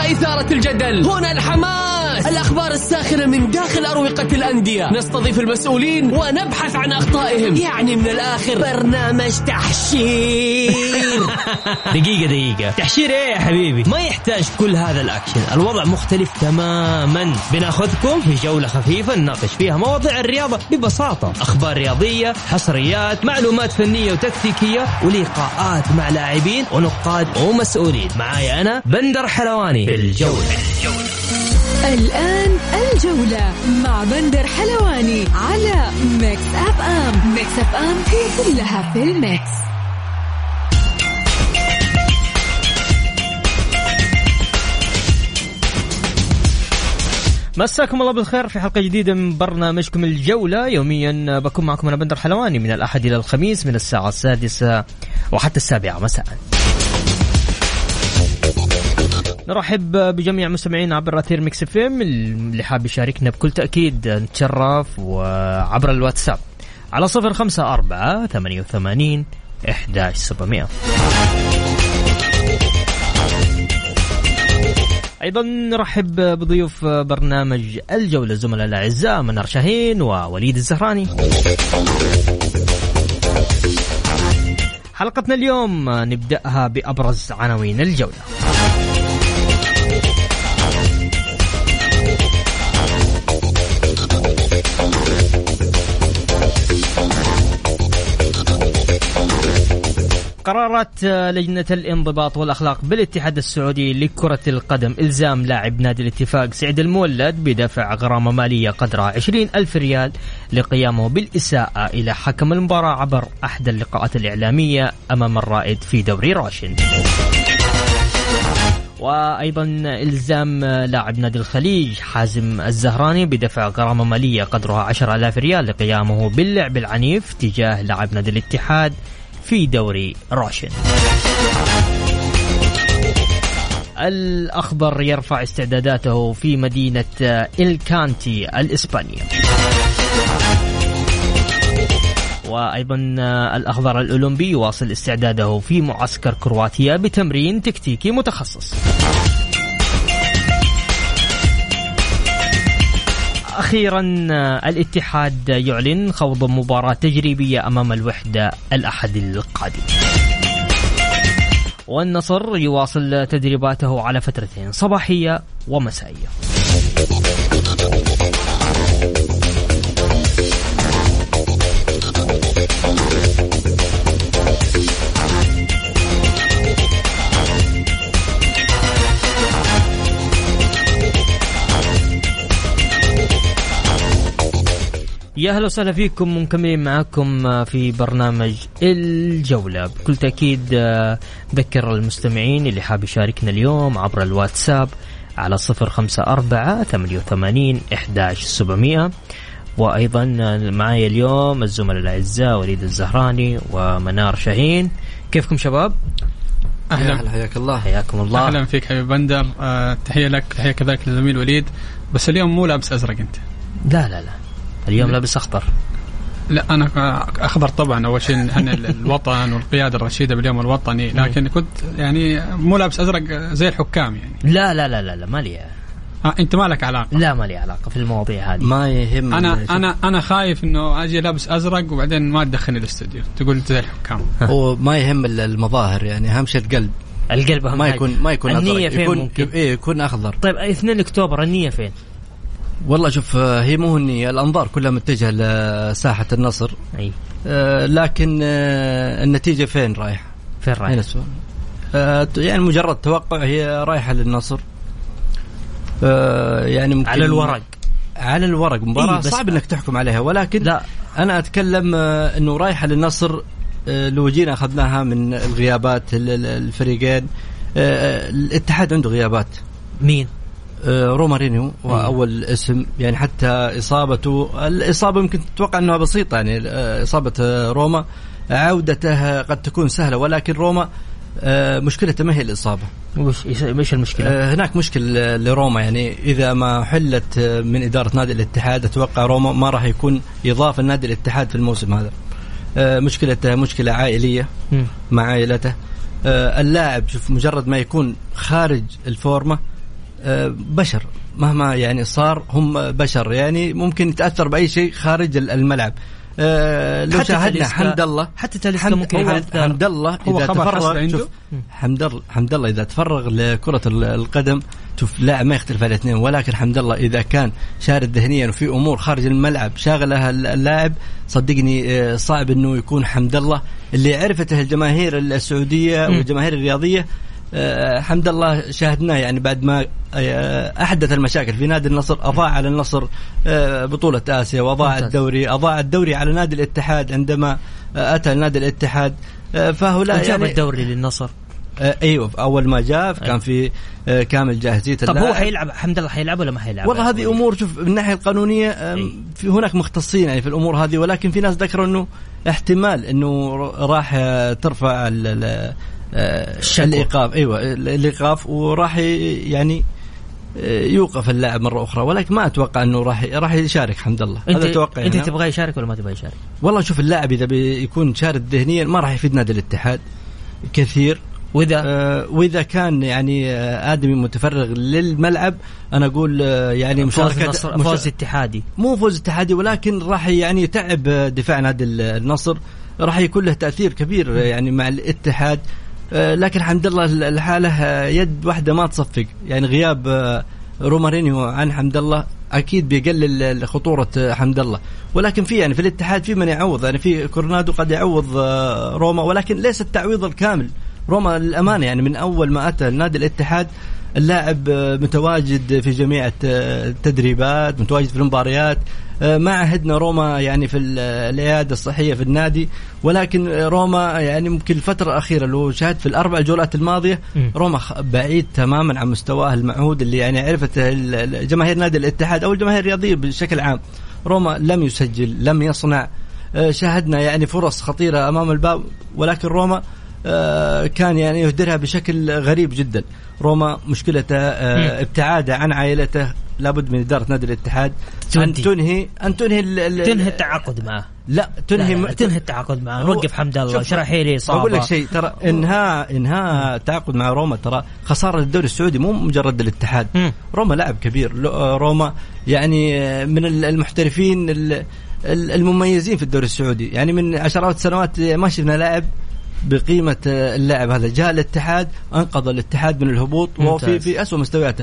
هنا إثارة الجدل، هنا الحماس، الأخبار الساخنة من داخل أروقة الأندية، نستضيف المسؤولين ونبحث عن أخطائهم. يعني من الآخر برنامج تحشير. دقيقة تحشير ايه يا حبيبي؟ ما يحتاج كل هذا الأكشن، الوضع مختلف تماما. بناخذكم في جولة خفيفة نناقش فيها مواضيع الرياضة ببساطة، أخبار رياضية، حصريات، معلومات فنية وتكتيكية، ولقاءات مع لاعبين ونقاد ومسؤولين. معايا أنا بندر حلواني في الجولة. الآن الجولة مع بندر حلواني على ميكس أف أم. ميكس أف أم هي كلها في الميكس. مساكم الله بالخير في حلقة جديدة من برنامجكم الجولة. يوميا بكون معكم أنا بندر حلواني من الأحد إلى الخميس من الساعة 6 وحتى 7 مساء. نرحب بجميع مستمعين عبر أثير ميكس اف ام. اللي حاب يشاركنا بكل تأكيد نتشرف وعبر الواتساب على 0548811700. أيضا نرحب بضيوف برنامج الجولة الزملاء الأعزاء منار شاهين ووليد الزهراني. حلقتنا اليوم نبدأها بأبرز عناوين الجولة. قررت لجنة الانضباط والأخلاق بالاتحاد السعودي لكرة القدم إلزام لاعب نادي الاتفاق سعيد المولد بدفع غرامة مالية قدرها 20,000 ريال لقيامه بالإساءة إلى حكم المباراة عبر أحد اللقاءات الإعلامية أمام الرائد في دوري روشن. وأيضا إلزام لاعب نادي الخليج حازم الزهراني بدفع غرامة مالية قدرها 10,000 ريال لقيامه باللعب العنيف تجاه لاعب نادي الاتحاد في دوري روشن. الأخضر يرفع استعداداته في مدينة الكانتي الإسبانية. وأيضا الأخضر الأولمبي يواصل استعداده في معسكر كرواتيا بتمرين تكتيكي متخصص. أخيرا الاتحاد يعلن خوض مباراة تجريبية أمام الوحدة الأحد القادم. والنصر يواصل تدريباته على فترتين صباحية ومسائية. يا أهلا وسهلا فيكم، مكملين معكم في برنامج الجولة. بكل تأكيد ذكر المستمعين اللي حاب يشاركنا اليوم عبر الواتساب على 0548811700. وأيضا معايا اليوم الزملاء الأعزاء وليد الزهراني ومنار شاهين. كيفكم شباب؟ أهلا، حياك الله. حياكم الله. أهلا فيك حبيب بندر. تحية لك، تحية كذلك للزميل وليد. بس اليوم مو لابس أزرق أنت؟ لا اليوم لابس أخضر. لا أنا أخضر طبعا. أول شيء عن الوطن والقيادة الرشيدة باليوم الوطني، لكن كنت يعني مو لابس أزرق زي الحكام يعني. لا ما لي. أنت ما لك علاقة؟ لا ما لي علاقة في المواضيع هذه. ما يهم. أنا خايف إنه أجي لابس أزرق وبعدين ما تدخلني الاستوديو تقول زي الحكام. وما يهم المظاهر يعني، أهم شيء القلب أهم ما يكون النية فين ممكن؟ يكون أخضر. طيب 2 أكتوبر النية فين؟ والله شوف، هي مو النية، الأنظار كلها متجهة لساحة النصر. أي. لكن النتيجة فين رايح؟ يعني مجرد توقع، هي رايحة للنصر. يعني ممكن على الورق مباراة صعب انك تحكم عليها، ولكن لا، انا اتكلم انه رايحة للنصر. لو جينا اخذناها من الغيابات الفريقين، الاتحاد عنده غيابات. مين؟ رومارينيو وأول اسم يعني، حتى الإصابة ممكن تتوقع أنها بسيطة يعني. إصابة روما عودته قد تكون سهلة، ولكن روما مشكلته ما هي الإصابة. مش المشكلة؟ هناك مشكلة لروما يعني، إذا ما حلت من إدارة نادي الاتحاد أتوقع روما ما راح يكون إضافة لنادي الاتحاد في الموسم هذا. مشكلته مشكلة عائلية مع عائلته. اللاعب شوف، مجرد ما يكون خارج الفورمة بشر مهما يعني صار هم بشر يعني ممكن يتأثر بأي شيء خارج الملعب. لو شاهدنا حمد الله حتى تاليسكا ممكن حمد الله إذا تفرغ شوف حمد الله إذا تفرغ لكرة القدم شوف لاعب ما يختلف على الاثنين، ولكن حمد الله إذا كان شارد ذهنيا وفي أمور خارج الملعب شاغلها اللاعب صدقني صعب إنه يكون حمد الله اللي عرفته الجماهير السعودية والجماهير الرياضية. حمد الله شاهدناه يعني بعد ما أحدث المشاكل في نادي النصر، أضاع على النصر بطولة آسيا وأضاع الدوري على نادي الاتحاد عندما أتى نادي الاتحاد. فهؤلاء جاب يعني الدوري للنصر. أيوة أول ما جاء كان في كامل جاهزية. طب هو حيلعب حمد الله حيلعب ولا ما حيلعب؟ والله هذه أمور شوف من الناحية القانونية في هناك مختصين يعني في الأمور هذه، ولكن في ناس ذكروا إنه احتمال إنه راح ترفع الإيقاف. أيوة الإيقاف وراح يعني يوقف اللاعب مرة أخرى، ولكن ما أتوقع أنه راح يشارك حمد الله. هذا توقع. أنت تبغى يشارك ولا ما تبغى يشارك؟ والله شوف اللاعب إذا بيكون شارد ذهنيا ما راح يفيد نادي الاتحاد كثير، وإذا كان يعني آدمي متفرغ للملعب أنا أقول يعني مشاركة فوز اتحادي، مو فوز اتحادي ولكن راح يعني يتعب دفاع نادي النصر، راح يكون له تأثير كبير يعني مع الاتحاد. لكن حمد الله الحالة يد واحدة ما تصفق يعني غياب رومارينيو عن حمد الله أكيد بيقلل خطورة حمد الله، ولكن في يعني في الاتحاد في من يعوض يعني في كورنادو قد يعوض روما، ولكن ليس التعويض الكامل. روما للأمانة يعني من أول ما أتى نادي الاتحاد اللاعب متواجد في جميع التدريبات، متواجد في المباريات، ما عهدنا روما يعني في العيادة الصحية في النادي، ولكن روما يعني ممكن الفترة الأخيرة لو شاهد في ال4 جولات الماضية روما بعيد تماما عن مستواه المعهود اللي يعني عرفته جماهير نادي الاتحاد أو الجماهير الرياضية بشكل عام. روما لم يسجل، لم يصنع، شاهدنا يعني فرص خطيرة أمام الباب، ولكن روما كان يعني يهدرها بشكل غريب جدا. روما مشكلته ابتعاده عن عائلته، لابد من إدارة نادي الاتحاد أن تنهي التعاقد معه. لا تنهي التعاقد معه، نوقف حمد الله شرحيلي إصابة. أقول لك شيء ترى إنها التعاقد مع روما ترى خسارة للدوري السعودي مو مجرد الاتحاد. روما لاعب كبير، روما يعني من المحترفين المميزين في الدوري السعودي، يعني من عشرات سنوات ما شفنا لاعب بقيمة اللاعب هذا. جاء الاتحاد أنقذ الاتحاد من الهبوط وفي في أسوأ مستوياته،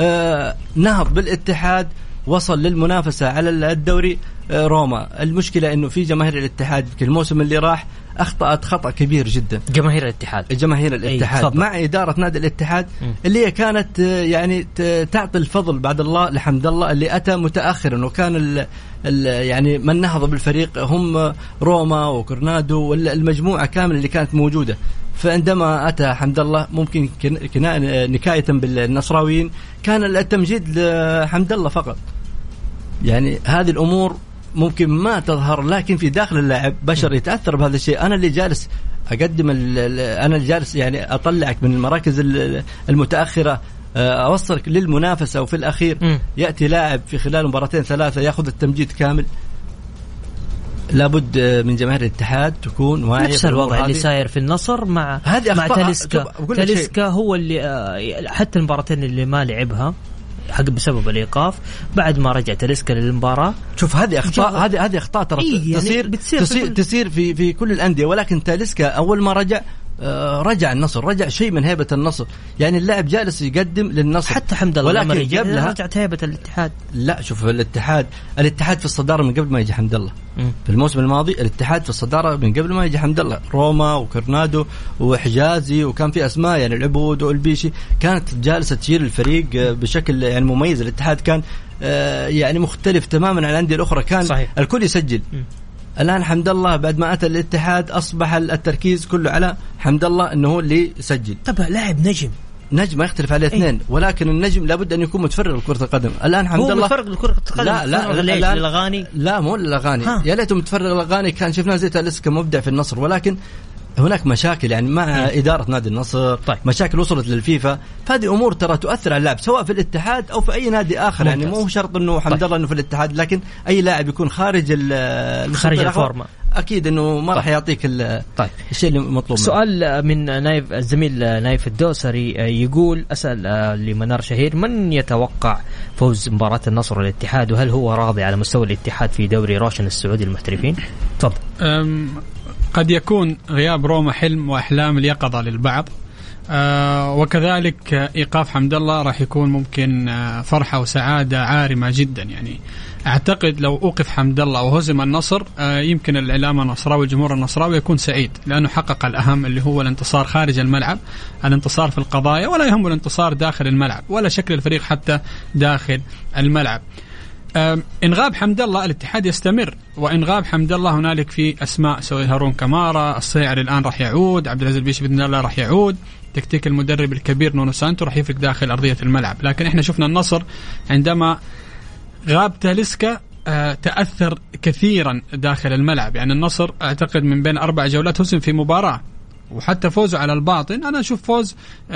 نهض بالاتحاد وصل للمنافسة على الدوري. روما المشكلة إنه في جماهير الاتحاد في الموسم اللي راح أخطأت خطأ كبير جدا. جماهير الاتحاد مع إدارة نادي الاتحاد اللي هي كانت يعني تعطي الفضل بعد الله لحمد الله اللي أتى متأخرا، وكان يعني من نهض بالفريق هم روما وكورنادو والمجموعة كاملة اللي كانت موجودة. فعندما أتى حمد الله ممكن نكاية بالنصراويين كان التمجيد لحمد الله فقط. يعني هذه الأمور ممكن ما تظهر، لكن في داخل اللاعب بشر يتأثر بهذا الشيء. أنا اللي جالس أقدم أنا اللي جالس يعني أطلعك من المراكز المتأخرة أوصلك للمنافسة، وفي الأخير يأتي لاعب في خلال مباراتين ثلاثة يأخذ التمجيد كامل. لابد من جماهير الاتحاد تكون واعية. نفس الوضع اللي ساير في النصر مع تاليسكا هو اللي حتى المباراتين اللي ما لعبها حق بسبب الإيقاف بعد ما رجع تاليسكا للمباراة. شوف هذه أخطاء، هذه أخطاء ترى تصير في كل الأندية، ولكن تاليسكا أول ما رجع النصر رجع شيء من هيبة النصر. يعني اللاعب جالس يقدم للنصر حتى حمد الله لما رجعت هيبة الاتحاد. لا شوف الاتحاد في الصدارة من قبل ما يجي حمد الله. في الموسم الماضي الاتحاد في الصدارة من قبل ما يجي حمد الله. روما وكورنادو وحجازي وكان في أسماء يعني العبود والبيشي كانت جالسة تشيل الفريق بشكل يعني مميز. الاتحاد كان يعني مختلف تماما عن الأندية الأخرى، كان صحيح. الكل يسجل. الآن حمد الله بعد ما أتى الاتحاد أصبح التركيز كله على حمد الله أنه هو اللي يسجل. طبعا لاعب نجم ما يختلف عليه اثنين، ولكن النجم لابد أن يكون متفرغ لكرة القدم. الآن حمد الله متفرغ لكرة القدم. لا للأغاني، لا مو للأغاني. يا ليته متفرغ للأغاني كان شفنا زي تاليسكا مبدع في النصر، ولكن هناك مشاكل يعني مع إدارة نادي النصر. طيب. مشاكل وصلت للفيفا، فهذه أمور ترى تؤثر على اللاعب سواء في الاتحاد أو في أي نادي آخر. يعني مو شرط إنه حمد الله إنه في الاتحاد، لكن أي لاعب يكون خارج الفورمة أكيد إنه ما راح يعطيك الشيء اللي مطلوب. سؤال من نايف الزميل نايف الدوسري يقول أسأل لمنار شهير: من يتوقع فوز مباراة النصر والاتحاد، وهل هو راضي على مستوى الاتحاد في دوري روشن السعودي المحترفين؟ تفضل. قد يكون غياب روما حلم وأحلام اليقظة للبعض، وكذلك إيقاف حمد الله راح يكون ممكن فرحة وسعادة عارمة جدا. يعني أعتقد لو أوقف حمد الله وهزم النصر يمكن الإعلام النصراوي والجمهور النصراوي يكون سعيد، لأنه حقق الأهم اللي هو الانتصار خارج الملعب، الانتصار في القضايا، ولا يهم الانتصار داخل الملعب ولا شكل الفريق حتى داخل الملعب. إن غاب حمد الله الاتحاد يستمر، وإن غاب حمد الله هنالك في أسماء سوي هارون كمارا، الصيعري الآن راح يعود، عبد العزيز البيشي بإذن الله راح يعود، تكتيك المدرب الكبير نونو سانتو راح يفرق داخل أرضية الملعب. لكن إحنا شفنا النصر عندما غاب تاليسكا تأثر كثيرا داخل الملعب. يعني النصر أعتقد من بين 4 جولات هزم في مباراة، وحتى فوزه على الباطن أنا أشوف فوز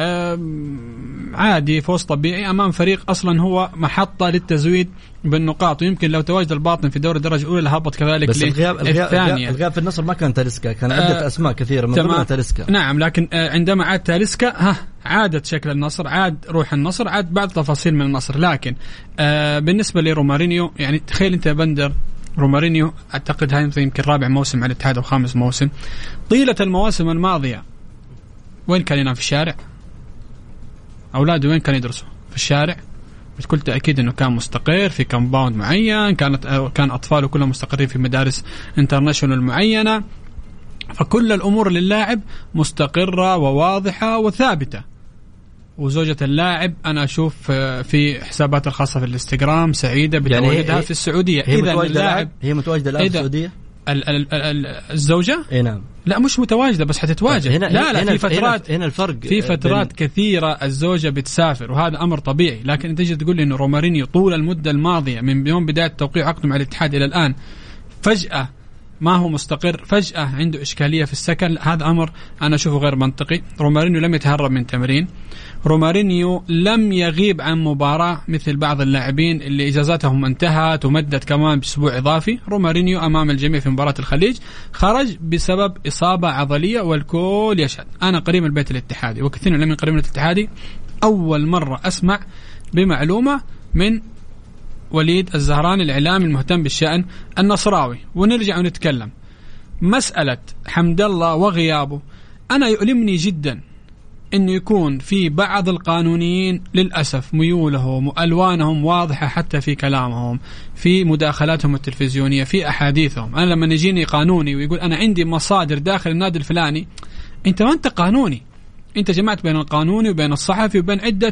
عادي، فوز طبيعي أمام فريق أصلا هو محطة للتزويد بالنقاط. ويمكن لو تواجد الباطن في دوري الدرجة الأولى لهبط كذلك. بس الغياب في النصر ما كان تاليسكا، كان عدة أسماء كثيرة من ضمنها تاليسكا. نعم، لكن عندما عاد تاليسكا عادت شكل النصر، عاد روح النصر، عاد بعض تفاصيل من النصر. لكن بالنسبة لرومارينيو، يعني تخيل أنت بندر، رومارينيو أعتقد هاي يمكن 4 موسم على الاتحاد أو 5 موسم. طيلة المواسم الماضية وين كان ينام؟ في الشارع. أولاده وين كان يدرسوا؟ في الشارع. بكل تأكيد أنه كان مستقر في كامباوند معين، كان أطفاله كلهم مستقرين في مدارس انترناشونال معينة. فكل الأمور للاعب مستقرة وواضحة وثابتة. وزوجة اللاعب أنا أشوف في حسابات الخاصة في الانستغرام سعيدة بتواجدها يعني في السعودية. هي متواجدة الآن في السعودية. الزوجة؟ إيه نعم. لا مش متواجدة بس حتتواجد. هنا في فترات هنا الفرق في فترات كثيرة الزوجة بتسافر، وهذا أمر طبيعي. لكن أنت تجي تقول لي إنه رومارينيو طول المدة الماضية من يوم بداية توقيع عقده مع الاتحاد إلى الآن فجأة ما هو مستقر، فجأة عنده إشكالية في السكن، هذا أمر أنا أشوفه غير منطقي. رومارينيو لم يتهرب من تمرين، رومارينيو لم يغيب عن مباراة مثل بعض اللاعبين اللي إجازاتهم انتهت ومدت كمان بأسبوع إضافي. رومارينيو أمام الجميع في مباراة الخليج خرج بسبب إصابة عضلية والكل يشهد. أنا قريب من البيت الاتحادي وكثير من قريب من الاتحادي، أول مرة أسمع بمعلومة من وليد الزهراني الإعلامي المهتم بالشأن النصراوي. ونرجع ونتكلم مسألة حمد الله وغيابه. أنا يؤلمني جدا إنه يكون في بعض القانونيين للأسف ميولهم وألوانهم واضحة حتى في كلامهم، في مداخلاتهم التلفزيونية، في أحاديثهم. أنا لما يجيني قانوني ويقول أنا عندي مصادر داخل النادي الفلاني، أنت ما أنت قانوني، أنت جمعت بين القانوني وبين الصحفي وبين عدة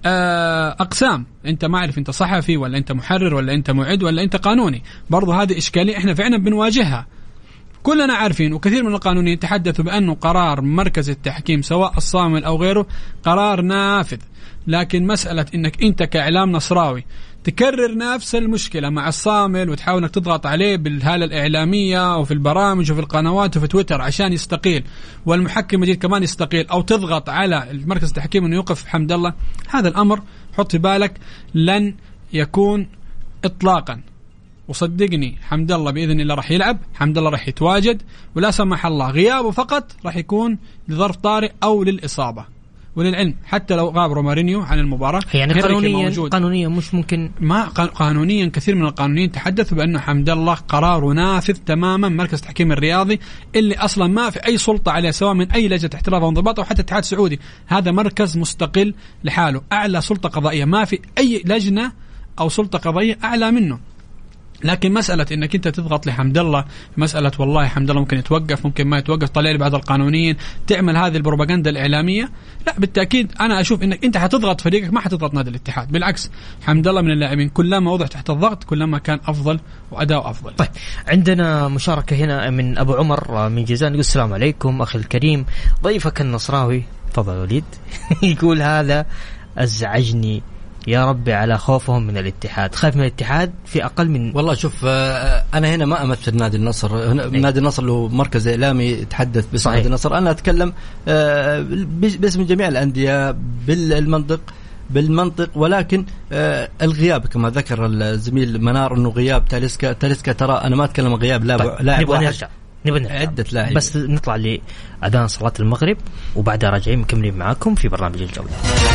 أقسام. أنت ما عارف أنت صحفي ولا أنت محرر ولا أنت معد ولا أنت قانوني. برضو هذه إشكالية إحنا فعلا بنواجهها، كلنا عارفين. وكثير من القانونيين يتحدثوا بأنه قرار مركز التحكيم سواء الصامل أو غيره قرار نافذ. لكن مسألة إنك أنت كإعلام نصراوي تكرر نفس المشكلة مع الصامل وتحاول انك تضغط عليه بالهالة الإعلامية وفي البرامج وفي القنوات وفي تويتر عشان يستقيل، والمحكم مجيد كمان يستقيل، أو تضغط على المركز التحكيم أنه يوقف حمد الله، هذا الأمر حط في بالك لن يكون إطلاقا. وصدقني حمد الله بإذن الله راح يلعب، حمد الله راح يتواجد، ولا سمح الله غيابه فقط راح يكون لظرف طارئ أو للإصابة. وللعلم حتى لو غاب رومارينيو عن المباراة يعني قانونيا مش ممكن. ما قانونيا كثير من القانونيين تحدثوا بأنه حمد الله قراره نافذ تماما. مركز التحكيم الرياضي اللي أصلا ما في أي سلطة عليه سواء من أي لجنة احتراف أو انضباط أو حتى الاتحاد السعودي، هذا مركز مستقل لحاله، أعلى سلطة قضائية، ما في أي لجنة أو سلطة قضائية أعلى منه. لكن مسألة إنك أنت تضغط لحمد الله، مسألة والله حمد الله ممكن يتوقف ممكن ما يتوقف، طلع لي بعض القانونيين تعمل هذه البروباغندا الإعلامية، لا بالتأكيد أنا أشوف إنك أنت حتضغط فريقك ما حتضغط نادي الاتحاد. بالعكس حمد الله من اللاعبين كلما وضع تحت الضغط كلما كان أفضل وأداء أفضل. طيب عندنا مشاركة هنا من أبو عمر من جيزان يقول السلام عليكم أخي الكريم، ضيفك النصراوي تفضل وليد يقول هذا أزعجني يا ربي على خوفهم من الاتحاد. خايف من الاتحاد في أقل من والله شوف أنا هنا ما أمثل نادي النصر. نادي النصر له مركز إعلامي يتحدث باسم نادي النصر. أنا أتكلم باسم جميع الأندية بالمنطق. ولكن الغياب كما ذكر الزميل منار أنه غياب تاليسكا ترى أنا ما أتكلم غياب لاعب واحد، نبغى عدة لاعبين. بس نطلع لأذان صلاة المغرب وبعدها راجعين مكملين معاكم في برنامج الجولة.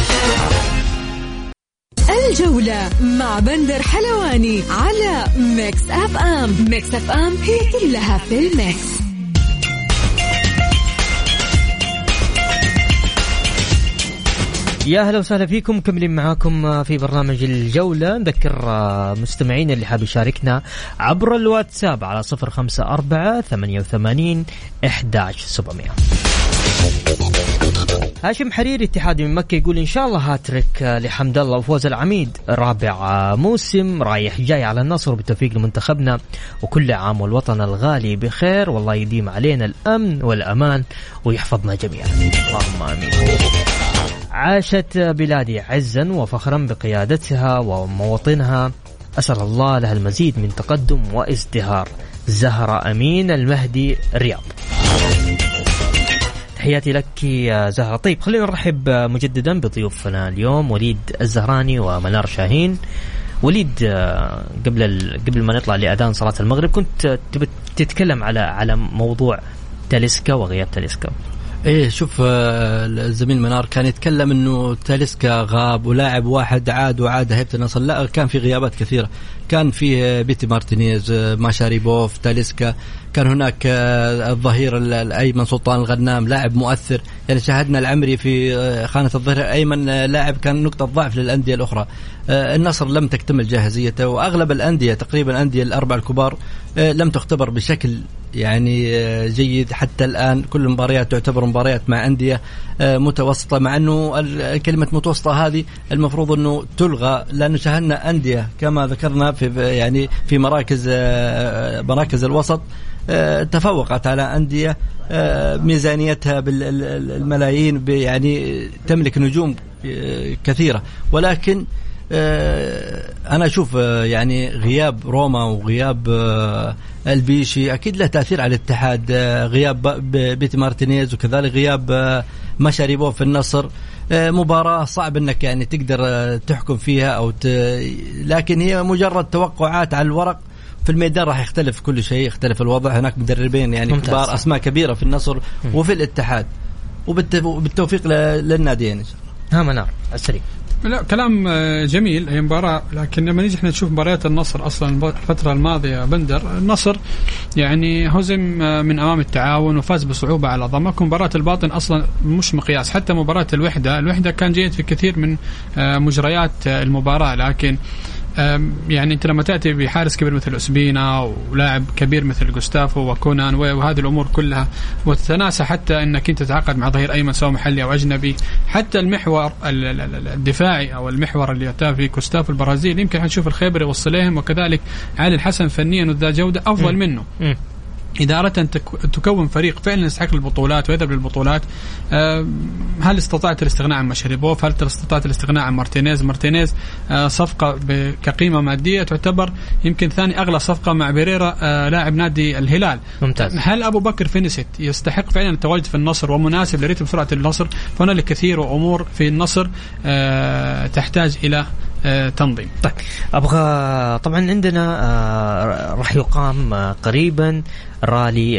الجولة مع بندر حلواني على ميكس أف أم. ميكس أف أم هي كلها في الميكس. يا هلا وسهلا فيكم، كملين معاكم في برنامج الجولة. نذكر مستمعين اللي حاب يشاركنا عبر الواتساب على 0548811700. هاشم حريري اتحادي من مكة يقول إن شاء الله هاتريك لحمد الله وفوز العميد، رابع موسم رايح جاي على النصر، وبالتوفيق لمنتخبنا، وكل عام والوطن الغالي بخير، والله يديم علينا الأمن والأمان ويحفظنا جميعا، اللهم آمين. عاشت بلادي عزا وفخرا بقيادتها ومواطنها، أسأل الله لها المزيد من تقدم وازدهار. زهرة أمين المهدي الرياض. تحياتي لك يا زهرة. طيب خلينا نرحب مجددا بضيوفنا اليوم، وليد الزهراني ومنار شاهين. وليد، قبل ما نطلع لأذان صلاة المغرب كنت تتكلم على موضوع تاليسكا وغياب تاليسكا. ايه شوف الزميل منار كان يتكلم انه تاليسكا غاب ولاعب واحد عاد هيبة النصر. لا، كان في غيابات كثيرة. كان فيه بيتي مارتينيز، ماشاريبوف، تاليسكا، كان هناك الظهير الأيمن سلطان الغنام لاعب مؤثر. يعني شاهدنا العمري في خانة الظهير الأيمن لاعب كان نقطة ضعف للأندية الأخرى. النصر لم تكتمل جاهزيته، وأغلب الأندية تقريبا الأندية الأربع الكبار لم تختبر بشكل يعني جيد حتى الآن. كل المباريات تعتبر مباريات مع أندية متوسطة، مع أنه كلمة متوسطة هذه المفروض أنه تلغى، لأنه شاهدنا أندية كما ذكرنا في مراكز الوسط تفوقت على أندية ميزانيتها بالملايين، يعني تملك نجوم كثيرة. ولكن أنا أشوف يعني غياب روما وغياب البيشي أكيد له تأثير على الاتحاد. غياب بيتي مارتينيز وكذلك غياب ماشاريبوف في النصر. مباراة صعب أنك يعني تقدر تحكم فيها لكن هي مجرد توقعات على الورق. في الميدان راح يختلف كل شيء، يختلف الوضع. هناك مدربين يعني كبار، أسماء كبيرة في النصر وفي الاتحاد، وبالتوفيق للناديين إن شاء الله. منار السريع. لا، كلام جميل. هي مباراة، لكن لما نيجي احنا نشوف مباريات النصر أصلا الفترة الماضية بندر، النصر يعني هزم من أمام التعاون وفاز بصعوبة على ضمك. مباراة الباطن أصلا مش مقياس. حتى مباراة الوحدة كان جيد في كثير من مجريات المباراة، لكن يعني انت لما تأتي بحارس كبير مثل أسبينا ولاعب كبير مثل جوستافو وكونان وهذه الأمور كلها، وتتناسى حتى انك انت تتعاقد مع ظهير أيمن سواء محلي أو أجنبي، حتى المحور الدفاعي أو المحور اللي يأتي في جوستافو البرازيل يمكن نشوف الخيبري والصليهم وكذلك علي الحسن فنيا وذا جودة أفضل منه. إذا أردت أن تكون فريق فعلا يستحق البطولات ويذهب للبطولات، هل استطعت الاستغناء عن ماشاريبوف؟ هل استطعت الاستغناء عن مارتينيز صفقة كقيمة مادية تعتبر يمكن ثاني أغلى صفقة مع بيريرا لاعب نادي الهلال. ممتاز. هل أبو بكر فينيسيت يستحق فعلا التواجد في النصر ومناسب لريتم سرعة النصر؟ فهناك كثير وأمور في النصر تحتاج إلى تنظيم. طيب أبغى طبعا عندنا راح يقام قريبا رالي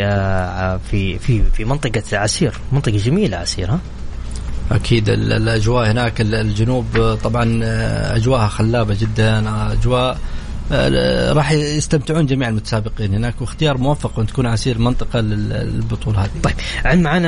في منطقة عسير، منطقة جميلة عسير. ها أكيد الأجواء هناك الجنوب طبعا أجواءها خلابة جدا، أجواء راح يستمتعون جميع المتسابقين هناك، واختيار موفق أن تكون عسير منطقة للبطولة هذه. طيب عن معنا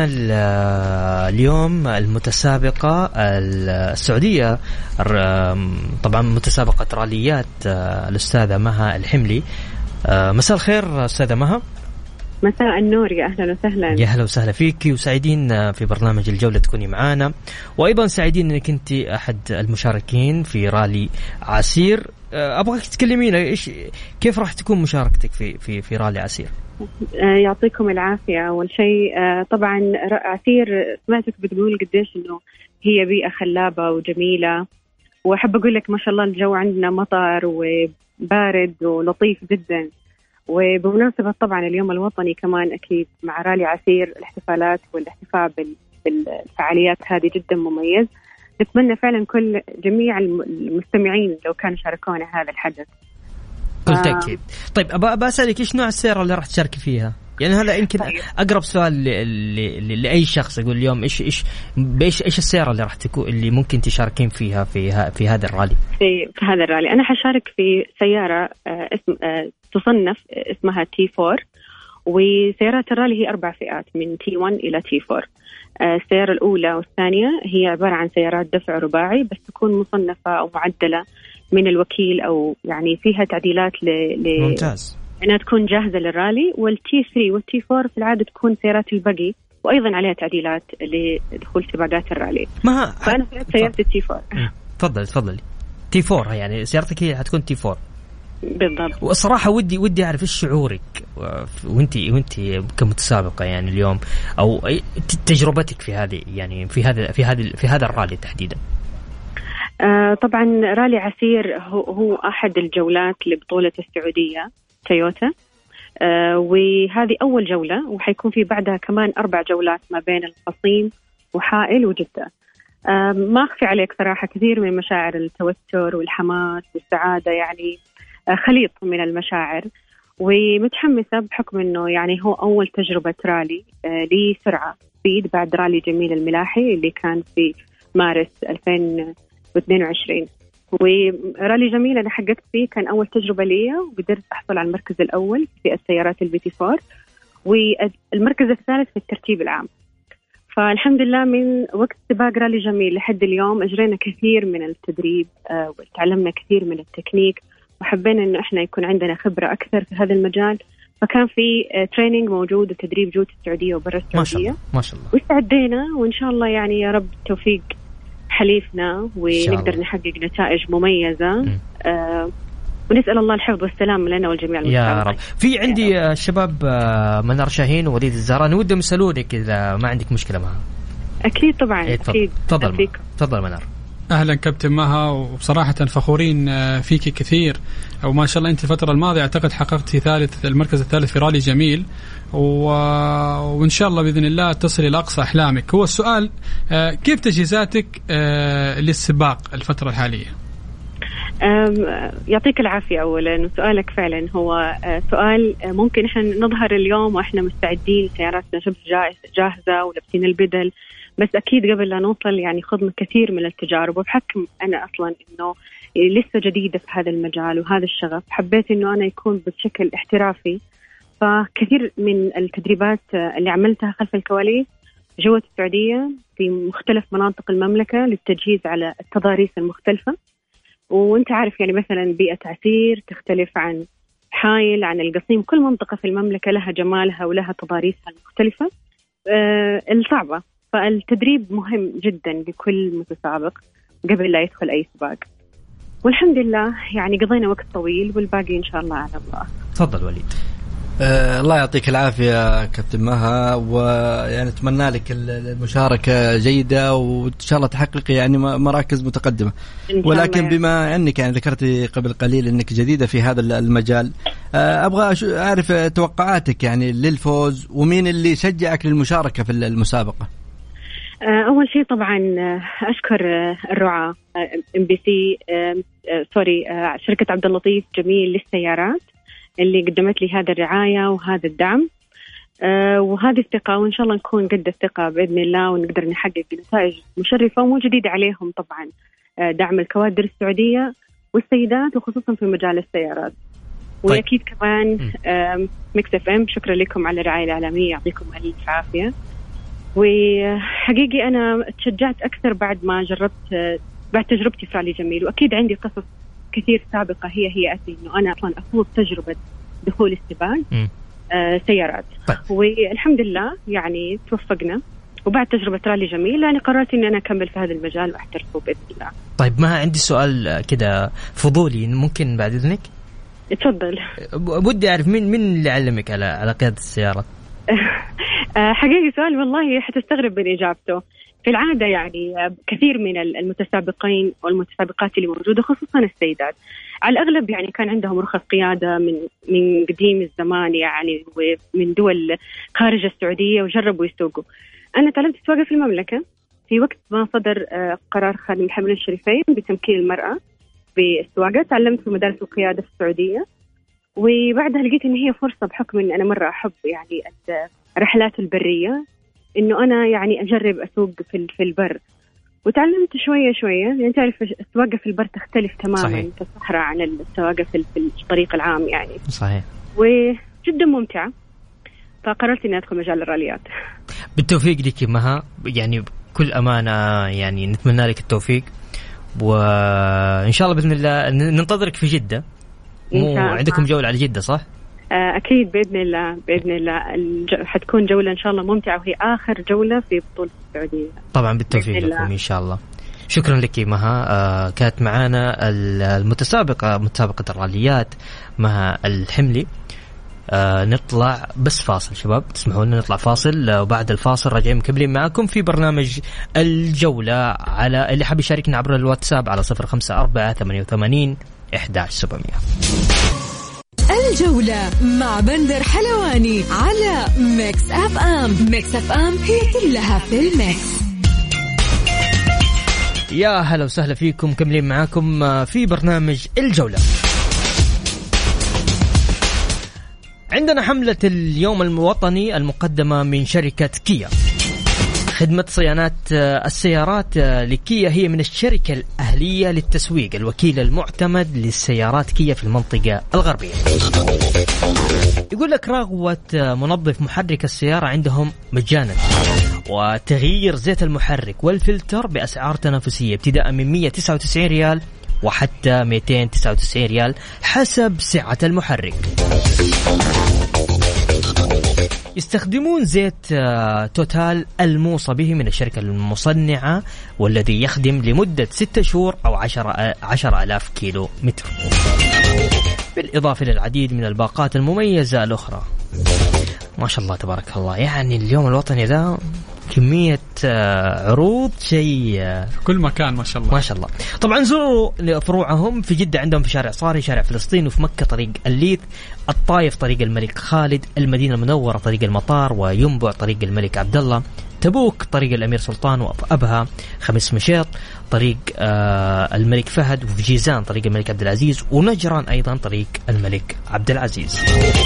اليوم المتسابقة السعودية، طبعا متسابقة راليات الأستاذة مها الحملي. مساء الخير أستاذة مها. مساء النور، يا أهلا وسهلا. يا أهلا وسهلا فيك، وسعيدين في برنامج الجولة تكوني معانا، وأيضا سعيدين أنك أنت أحد المشاركين في رالي عسير. أبغاك تكلمينا كيف راح تكون مشاركتك في رالي عسير؟ يعطيكم العافية. أول شيء طبعا عسير سمعتك بتقول قديش إنه هي بيئة خلابة وجميلة وأحب أقول لك ما شاء الله الجو عندنا مطر وبارد ولطيف جدا. وبمناسبة طبعا اليوم الوطني كمان أكيد مع رالي عسير الاحتفالات والاحتفاء بالفعاليات هذه جدا مميز. نتمنى فعلا جميع المستمعين لو كانوا شاركونا هذا الحدث. كل تأكيد. طيب بسألك إيش نوع السيارة اللي راح تشاركي فيها؟ يعني هذا يمكن أقرب سؤال لأي شخص يقول اليوم إيش السيارة اللي راح تكون اللي ممكن تشاركين فيها في هذا الرالي؟ في هذا الرالي أنا حشارك في سيارة تصنف اسمها T4. وسيارات الرالي هي 4 فئات من T1 إلى T4. السيارة الأولى والثانية هي عبارة عن سيارات دفع رباعي بس تكون مصنفة أو معدلة من الوكيل أو يعني فيها تعديلات ممتاز أنها تكون جاهزة للرالي. والT3 والT4 في العادة تكون سيارات البقي وأيضا عليها تعديلات لدخول سباقات الرالي. فأنا سيارة الT4. تفضلي T4 يعني سيارتك هي حتكون T4 بالضبط. وصراحة ودي أعرف إيش شعورك وانتي كمتسابقة يعني اليوم أو تجربتك في هذه يعني في هذا الرالي تحديدا. طبعا رالي عسير هو أحد الجولات لبطولة السعودية تويوتا. وهذه أول جولة وحيكون في بعدها كمان 4 جولات ما بين القصيم وحائل وجدة. ما أخفي عليك صراحة كثير من مشاعر التوتر والحماس والسعادة يعني خليط من المشاعر. ومتحمسة بحكم أنه يعني هو أول تجربة رالي لي سرعة سبيد بعد رالي جميل الملاحي اللي كان في مارس 2022. ورالي جميل أنا حققت فيه كان أول تجربة لي وقدرت أحصل على المركز الأول في السيارات الBT4 والمركز الثالث في الترتيب العام. فالحمد لله من وقت سباق رالي جميل لحد اليوم أجرينا كثير من التدريب وتعلمنا كثير من التكنيك وحبينا إنه إحنا يكون عندنا خبرة أكثر في هذا المجال. فكان في تريننج موجود وتدريب جوة السعودية وبرا السعودية ما شاء الله واستعدينا وإن شاء الله يعني يا رب التوفيق حليفنا ونقدر نحقق نتائج مميزة. ونسأل الله الحفظ والسلام لنا والجميع يا رب. في عندي الشباب منار شاهين ووليد الزهراني ودهم يسألونك إذا ما عندك مشكلة معها. أكيد طبعا أكيد. تفضل منار. أهلا كابتن مها وبصراحة فخورين فيك كثير وما شاء الله أنت الفترة الماضية أعتقد حققت المركز الثالث في رالي جميل وإن شاء الله بإذن الله تصل إلى أقصى أحلامك. هو السؤال كيف تجهيزاتك للسباق الفترة الحالية؟ يعطيك العافية أولا. سؤالك فعلا هو سؤال ممكن إحنا نظهر اليوم وإحنا مستعدين سياراتنا شبه جاهزة ولابسين البدل بس أكيد قبل لا نوصل يعني خضنا كثير من التجارب. وبحكم أنا أصلا إنه لسه جديدة في هذا المجال وهذا الشغف حبيت إنه أنا يكون بشكل احترافي. فكثير من التدريبات اللي عملتها خلف الكواليس جوة السعودية في مختلف مناطق المملكة للتجهيز على التضاريس المختلفة. وانت عارف يعني مثلا بيئة عسير تختلف عن حائل عن القصيم. كل منطقة في المملكة لها جمالها ولها تضاريسها المختلفة الصعبة. فالتدريب مهم جدا لكل متسابق قبل لا يدخل أي سباق. والحمد لله يعني قضينا وقت طويل والباقي إن شاء الله على الله. تفضل وليد. الله يعطيك العافية كابتن مها ويعني أتمنى لك المشاركة جيدة وإن شاء الله تحقق يعني مراكز متقدمة. ولكن بما أنك يعني ذكرتي قبل قليل أنك جديدة في هذا المجال أبغى أعرف توقعاتك يعني للفوز ومين اللي شجعك للمشاركة في المسابقة. أول شيء طبعا أشكر الرعاة MBC شركة عبد اللطيف جميل للسيارات اللي قدمت لي هذا الرعاية وهذا الدعم وهذه الثقة. وإن شاء الله نكون قد الثقة بإذن الله ونقدر نحقق نتائج مشرفة ومو جديدة عليهم طبعا دعم الكوادر السعودية والسيدات وخصوصا في مجال السيارات. وأكيد كمان ميكس اف ام شكرا لكم على الرعاية الإعلامية يعطيكم ألف عافية. وحقيقي أنا تشجعت أكثر بعد ما جربت بعد تجربتي في رالي جميل. وأكيد عندي قصص كثير سابقة هي أتي إنه أنا أصلا أخوض تجربة دخول السباق سيارات. والحمد لله يعني توفقنا وبعد تجربة رالي جميل يعني قررت إن أنا أكمل في هذا المجال وأحترفه بإذن الله. طيب ما عندي سؤال كده فضولي ممكن بعد إذنك؟ اتفضل. بدي أعرف مين اللي علمك على قيادة السيارة؟ حقيقي سؤال والله حتستغرب من إجابته. في العادة يعني كثير من المتسابقين والمتسابقات اللي موجودة خصوصا السيدات على الأغلب يعني كان عندهم رخص قيادة من قديم الزمان يعني، ومن دول خارج السعودية وجربوا يسوقوا. أنا تعلمت السواقة في المملكة في وقت ما صدر قرار خادم الحرمين الشريفين بتمكين المرأة بالسواقة. تعلمت في مدارس القيادة في السعودية، وبعدها لقيت إن هي فرصة بحكم إن أنا مرة أحب يعني الرحلات البرية إنه أنا يعني أجرب أسوق في البر. وتعلمت شوية يعني تعرف السواقة في البر تختلف تماما في الصحراء عن السواقة في الطريق العام يعني. صحيح. وجدا ممتعة، فقررت إني أدخل مجال الراليات. بالتوفيق لك مها، يعني بكل أمانة يعني نتمنى لك التوفيق، وإن شاء الله بإذن الله ننتظرك في جدة. عندكم جولة على جدة صح؟ أكيد بإذن الله حتكون جولة إن شاء الله ممتعة، وهي آخر جولة في بطولة السعودية. طبعا بالتوفيق لكم إن شاء الله. شكرا لك مها. كانت معانا متسابقة الراليات مها الحملي. نطلع بس فاصل شباب، تسمحوا لنا نطلع فاصل، وبعد الفاصل راجعين مكملين معكم في برنامج الجولة. على اللي حاب يشاركنا عبر الواتساب على 0548811700. الجولة مع بندر حلواني على ميكس أف أم. ميكس أف أم هي كلها في الميكس. يا هلا وسهلا فيكم، كملين معاكم في برنامج الجولة. عندنا حملة اليوم الوطني المقدمة من شركة كيا. خدمة صيانات السيارات لكيا هي من الشركة الأهلية للتسويق، الوكيل المعتمد للسيارات كيا في المنطقة الغربية. يقول لك رغوة منظف محرك السيارة عندهم مجانا، وتغيير زيت المحرك والفلتر بأسعار تنافسية ابتداء من 199 ريال وحتى 299 ريال حسب سعة المحرك. يستخدمون زيت توتال الموصى به من الشركة المصنعة، والذي يخدم لمدة 6 شهور أو 10,000 كيلو متر، بالإضافة للعديد من الباقات المميزة الأخرى. ما شاء الله تبارك الله، يعني اليوم الوطني ذا كمية عروض شيء في كل مكان ما شاء الله ما شاء الله. طبعا زوروا فروعهم في جدة، عندهم في شارع صاري، شارع فلسطين، وفي مكة طريق الليث، الطائف طريق الملك خالد، المدينة المنورة طريق المطار، وينبع طريق الملك عبد الله، تبوك طريق الأمير سلطان، وأبها خميس مشيط طريق الملك فهد، وفي جيزان طريق الملك عبد العزيز، ونجران أيضا طريق الملك عبد العزيز.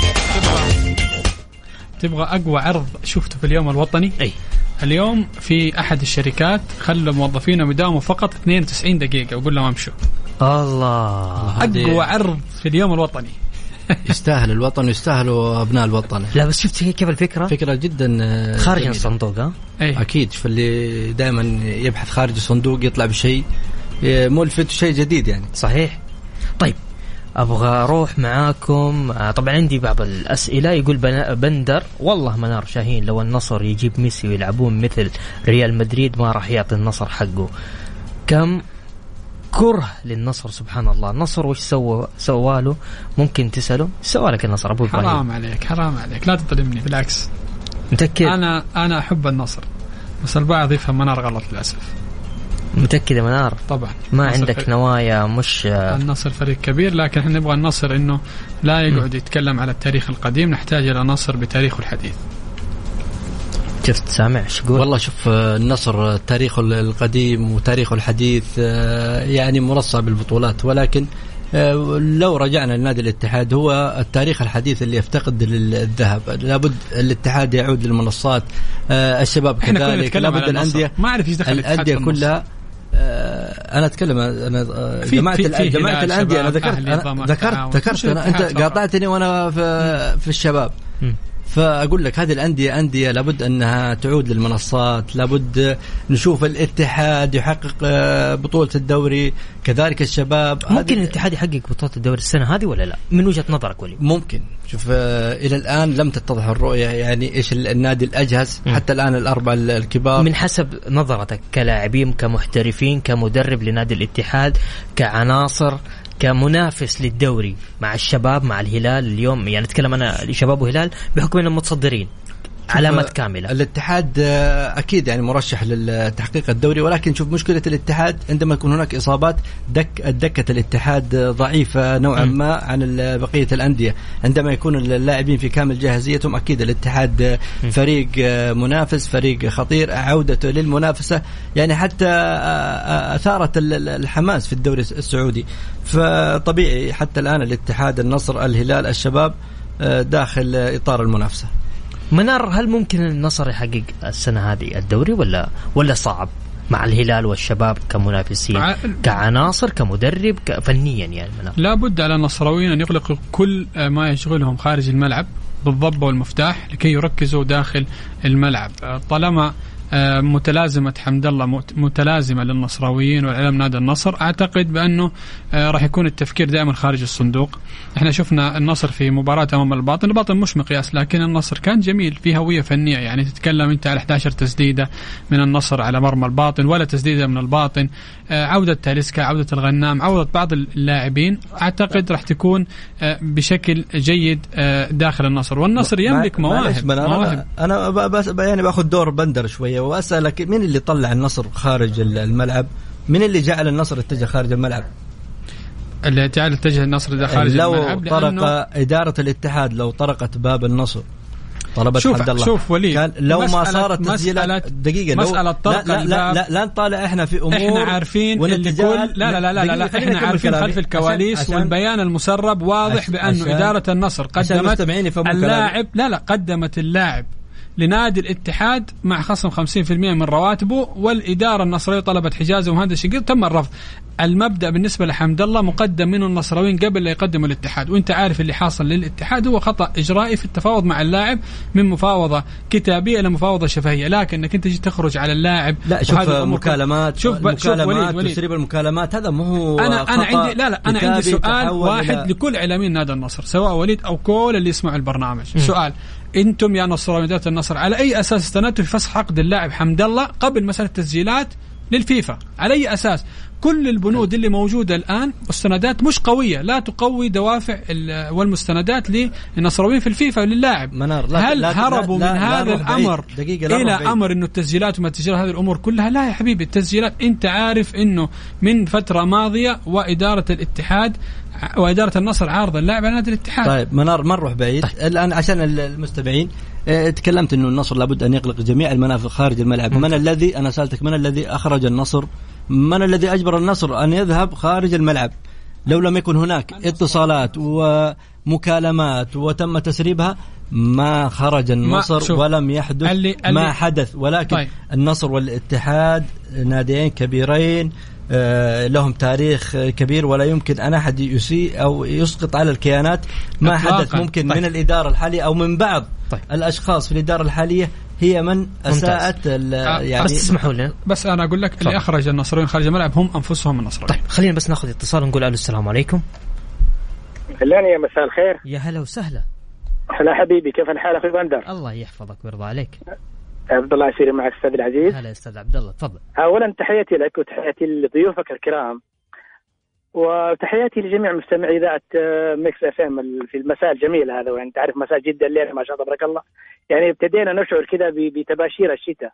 تبغى أقوى عرض شفته في اليوم الوطني؟ أي اليوم في أحد الشركات خلوا موظفينهم يداوموا فقط 92 دقيقة وقول لهم امشوا. الله، أقوى عرض في اليوم الوطني. يستاهل الوطن ويستاهلوا أبناء الوطن. لا بس شفت كيف الفكرة؟ فكرة جدا خارج الصندوق. أكيد، فاللي دائما يبحث خارج الصندوق يطلع بشيء ملفت وشيء جديد يعني. صحيح. طيب أبغى أروح معاكم. طبعا عندي بعض الأسئلة. يقول بندر والله منار شاهين لو النصر يجيب ميسي ويلعبون مثل ريال مدريد ما راح يعطي النصر حقه. كم كره للنصر، سبحان الله. النصر وش سواله؟ ممكن تسأله سوالك النصر أبو إبراهيم. حرام عليك لا تظلمني، بالعكس متأكد. أنا أحب النصر، بس البعض يفهم منار غلط للأسف. متأكد يا منار؟ طبعا ما عندك نوايا. مش النصر فريق كبير، لكن احنا نبغى النصر انه لا يقعد يتكلم على التاريخ القديم، نحتاج الى نصر بتاريخه الحديث. شفت سامع شقول؟ والله شوف النصر تاريخه القديم وتاريخه الحديث يعني مرصع بالبطولات، ولكن لو رجعنا لنادي الاتحاد هو التاريخ الحديث اللي يفتقد للذهب. لابد الاتحاد يعود للمنصات، الشباب كذلك، لابد الأندية، ما أعرف يدخل الأندية كلها. أنا أتكلم جماعة الأندية. أنا ذكرت أنا أنت قاطعتني وأنا في الشباب. فأقول لك هذه الأندية لابد أنها تعود للمنصات، لابد نشوف الاتحاد يحقق بطولة الدوري، كذلك الشباب. ممكن الاتحاد يحقق بطولة الدوري السنة هذه ولا لا من وجهة نظرك ولي؟ ممكن. شوف إلى الآن لم تتضح الرؤية، يعني إيش النادي الأجهز حتى الآن الأربعة الكبار. من حسب نظرتك كلاعبين، كمحترفين، كمدرب لنادي الاتحاد، كعناصر، كمنافس للدوري مع الشباب، مع الهلال اليوم، يعني نتكلم أنا الشباب وهلال بحكم أنهم متصدرين. علامات كاملة. الاتحاد أكيد يعني مرشح للتحقيق الدوري، ولكن شوف مشكلة الاتحاد عندما يكون هناك إصابات دكة الاتحاد ضعيفة نوعا ما عن بقية الأندية. عندما يكون اللاعبين في كامل جاهزيتهم أكيد الاتحاد فريق منافس، فريق خطير، عودته للمنافسة يعني حتى أثارت الحماس في الدوري السعودي. فطبيعي حتى الآن الاتحاد، النصر، الهلال، الشباب داخل إطار المنافسة. منار، هل ممكن النصر يحقق السنة هذه الدوري ولا صعب مع الهلال والشباب كمنافسين كعناصر كمدرب فنيا يعني منار؟ لا بد على النصراويين أن يغلقوا كل ما يشغلهم خارج الملعب بالضبط والمفتاح لكي يركزوا داخل الملعب. طالما متلازمة حمد الله متلازمة للنصراويين والإعلام نادي النصر، أعتقد بأنه راح يكون التفكير دائما خارج الصندوق. احنا شفنا النصر في مباراة أمام الباطن مش مقياس، لكن النصر كان جميل، فيه هوية فنية. يعني تتكلم أنت على 11 تسديدة من النصر على مرمى الباطن ولا تسديدة من الباطن، عودة تاليسكا، عودة الغنام، عودة بعض اللاعبين، أعتقد راح تكون بشكل جيد داخل النصر. والنصر يملك مواهب. أنا يعني باخذ دور بندر شوية وأسألك، مين اللي طلع النصر خارج الملعب؟ مين اللي جعل النصر يتجه خارج الملعب؟ اللي جعل يتجه النصر خارج الملعب لو طرق إدارة الاتحاد، لو طرقت باب النصر طلبت حمد الله. شوف وليد، كان لو ما صارت تسجيلات دقيقة مسألة طرق لا نطالع احنا في أمور احنا عارفين اللي كل لا احنا عارفين خلف الكواليس والبيان المسرب واضح بأنه إدارة النصر قدمت اللاعب قدمت اللاعب لنادي الاتحاد مع خصم 50% من رواتبه، والإدارة النصرية طلبت حجازه، وهذا الشيء تم الرفض. المبدأ بالنسبة لحمد الله مقدم منه النصراويين قبل لا يقدموا الاتحاد، وانت عارف اللي حاصل للاتحاد هو خطأ إجرائي في التفاوض مع اللاعب، من مفاوضة كتابية إلى مفاوضة شفهية. لكن انك انت تجي تخرج على اللاعب، لا شوف مكالمات، شوف تسريب المكالمات، هذا مو هو انا عندي انا عندي سؤال واحد لكل اعلاميين نادي النصر سواء وليد او كل اللي يسمعوا البرنامج. سؤال: انتم يا نصراويين إدارة النصر على اي اساس استندتوا في فسخ عقد اللاعب حمد الله قبل مسألة التسجيلات للفيفا؟ على اي اساس؟ كل البنود اللي موجودة الآن والسندات مش قوية، لا تقوي دوافع والمستندات للنصراويين في الفيفا للاعب. هل هربوا من هذا الأمر إلى أمر إنه التسجيلات وما تسجيل هذه الأمور كلها؟ لا يا حبيبي، التسجيلات أنت عارف إنه من فترة ماضية وإدارة الاتحاد وإدارة النصر عارضة اللاعب على نادي الاتحاد. طيب منار، ما نروح بعيد الآن عشان المستمعين. تكلمت إنه النصر لابد أن يغلق جميع المنافذ خارج الملعب. من الذي، أنا سألتك، من الذي أخرج النصر؟ من الذي أجبر النصر أن يذهب خارج الملعب؟ لو لم يكن هناك اتصالات ومكالمات وتم تسريبها ما خرج النصر ولم يحدث ما حدث. ولكن النصر والاتحاد ناديين كبيرين لهم تاريخ كبير، ولا يمكن أن أحد يسيء أو يسقط على الكيانات ما حدث. ممكن من الإدارة الحالية أو من بعض الأشخاص في الإدارة الحالية هي من أساءت يعني. بس تسمحوا لنا، بس أنا أقول لك اللي أخرج النصرين خارج الملعب هم أنفسهم النصرين. طيب خلينا بس ناخذ اتصال ونقول ألو السلام عليكم. هلاني يا مساء الخير. يا هلا وسهلا. هلا حبيبي، كيف الحال أخي بندر؟ الله يحفظك ويرضى عليك. عبد الله عسيري معك أستاذ العزيز. هلا أستاذ عبد الله، تفضل. أولا تحياتي لك وتحياتي لضيوفك الكرام، وتحياتي لجميع مستمعي إذاعة ميكس اف ام في المساء الجميل هذا. وأنت تعرف مساء جدا الليل ما شاء الله تبارك الله، يعني ابتدينا نشعر كذا بتباشير الشتاء.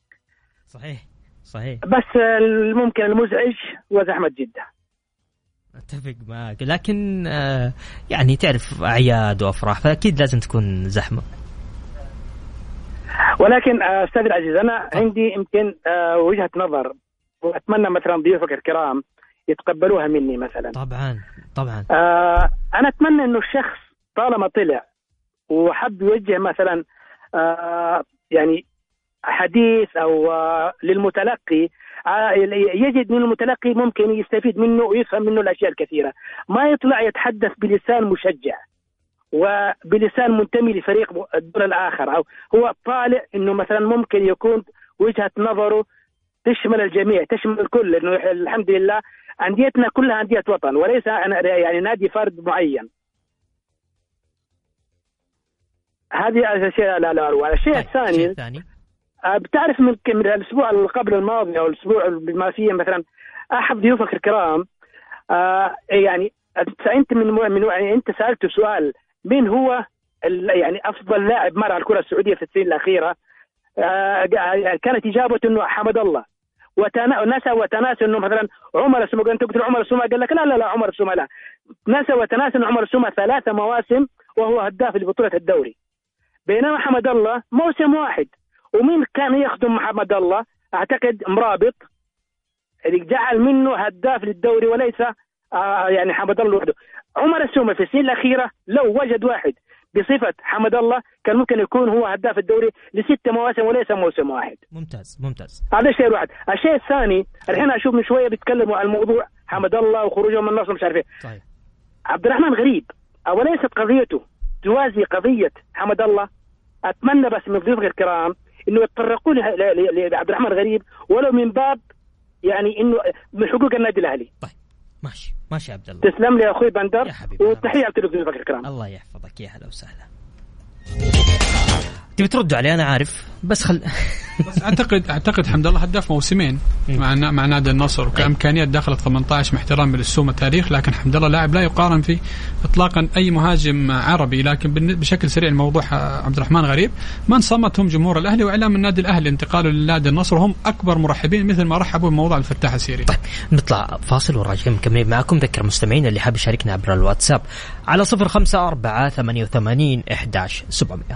صحيح. بس ممكن المزعج وزحمة جدا. أتفق معك، لكن يعني تعرف أعياد وأفراح فأكيد لازم تكون زحمة. ولكن أستاذ العزيز، أنا عندي يمكن وجهة نظر، وأتمنى مثلا ضيوفك الكرام يتقبلوها مني مثلا. طبعا. أنا أتمنى إنه الشخص طالما طلع وحب يوجه مثلا يعني حديث أو للمتلقي، يجد من المتلقي ممكن يستفيد منه ويفهم منه الأشياء الكثيرة. ما يطلع يتحدث بلسان مشجع وبلسان منتمي لفريق الدور الآخر، أو هو طالع إنه مثلا ممكن يكون وجهة نظره تشمل الجميع، تشمل الكل، لأنه الحمد لله أنديتنا كلها أندية وطن وليس يعني نادي فرد معين. هذه الشيء لا. الشيء الثاني بتعرف من الأسبوع اللي قبل الماضي أو الأسبوع ما فيه مثلا أحد ضيوفك الكرام يعني أنت من يعني أنت سألت سؤال: مين هو يعني افضل لاعب مر على الكره السعوديه في السنين الاخيره، كانت اجابته انه حمد الله، وتناسى انه مثلا عمر السومه. انت قلت عمر السومه، قال لك لا عمر السومه لا، نسى وتناسى انه عمر السومه 3 مواسم وهو هداف لبطوله الدوري، بينما حمد الله موسم واحد. ومين كان يخدم محمد الله؟ اعتقد مرابط اللي جعل منه هداف للدوري وليس يعني حمد الله وحده. عمر السومه في السنين الاخيره لو وجد واحد بصفه حمد الله كان ممكن يكون هو هداف الدوري ل6 مواسم وليس موسم واحد. ممتاز. هذا الشيء الواحد. الشيء الثاني، الحين اشوف من شويه بيتكلموا عن الموضوع حمد الله وخروجه من النصر مش عارف ايه. طيب. عبد الرحمن غريب وليست قضيته توازي قضيه حمد الله. اتمنى بس من ضيوفك الكرام انه يتطرقوا لعبد الرحمن غريب ولو من باب يعني انه من حقوق النادي الاهلي. طيب ماشي عبد الله. تسلم لي يا اخوي بندر وتحيه لضيوفك الكرام. الله يحفظك، يا هلا وسهلا. تبي ترد علي انا عارف بس بس اعتقد حمد الله هداف موسمين مع نادي النصر، وكامكانيات دخلت 18 مع احترام للسوم التاريخ، لكن حمد الله لاعب لا يقارن فيه اطلاقا اي مهاجم عربي. لكن بشكل سريع الموضوع عبد الرحمن غريب من صمتهم جمهور الاهلي واعلام النادي الاهلي انتقاله لنادي النصر، هم اكبر مرحبين مثل ما رحبوا بموضوع الفتاح السيري. طيب نطلع فاصل وراجعين مكملين معكم. ذكر مستمعين اللي حاب يشاركنا عبر الواتساب على 0548811700.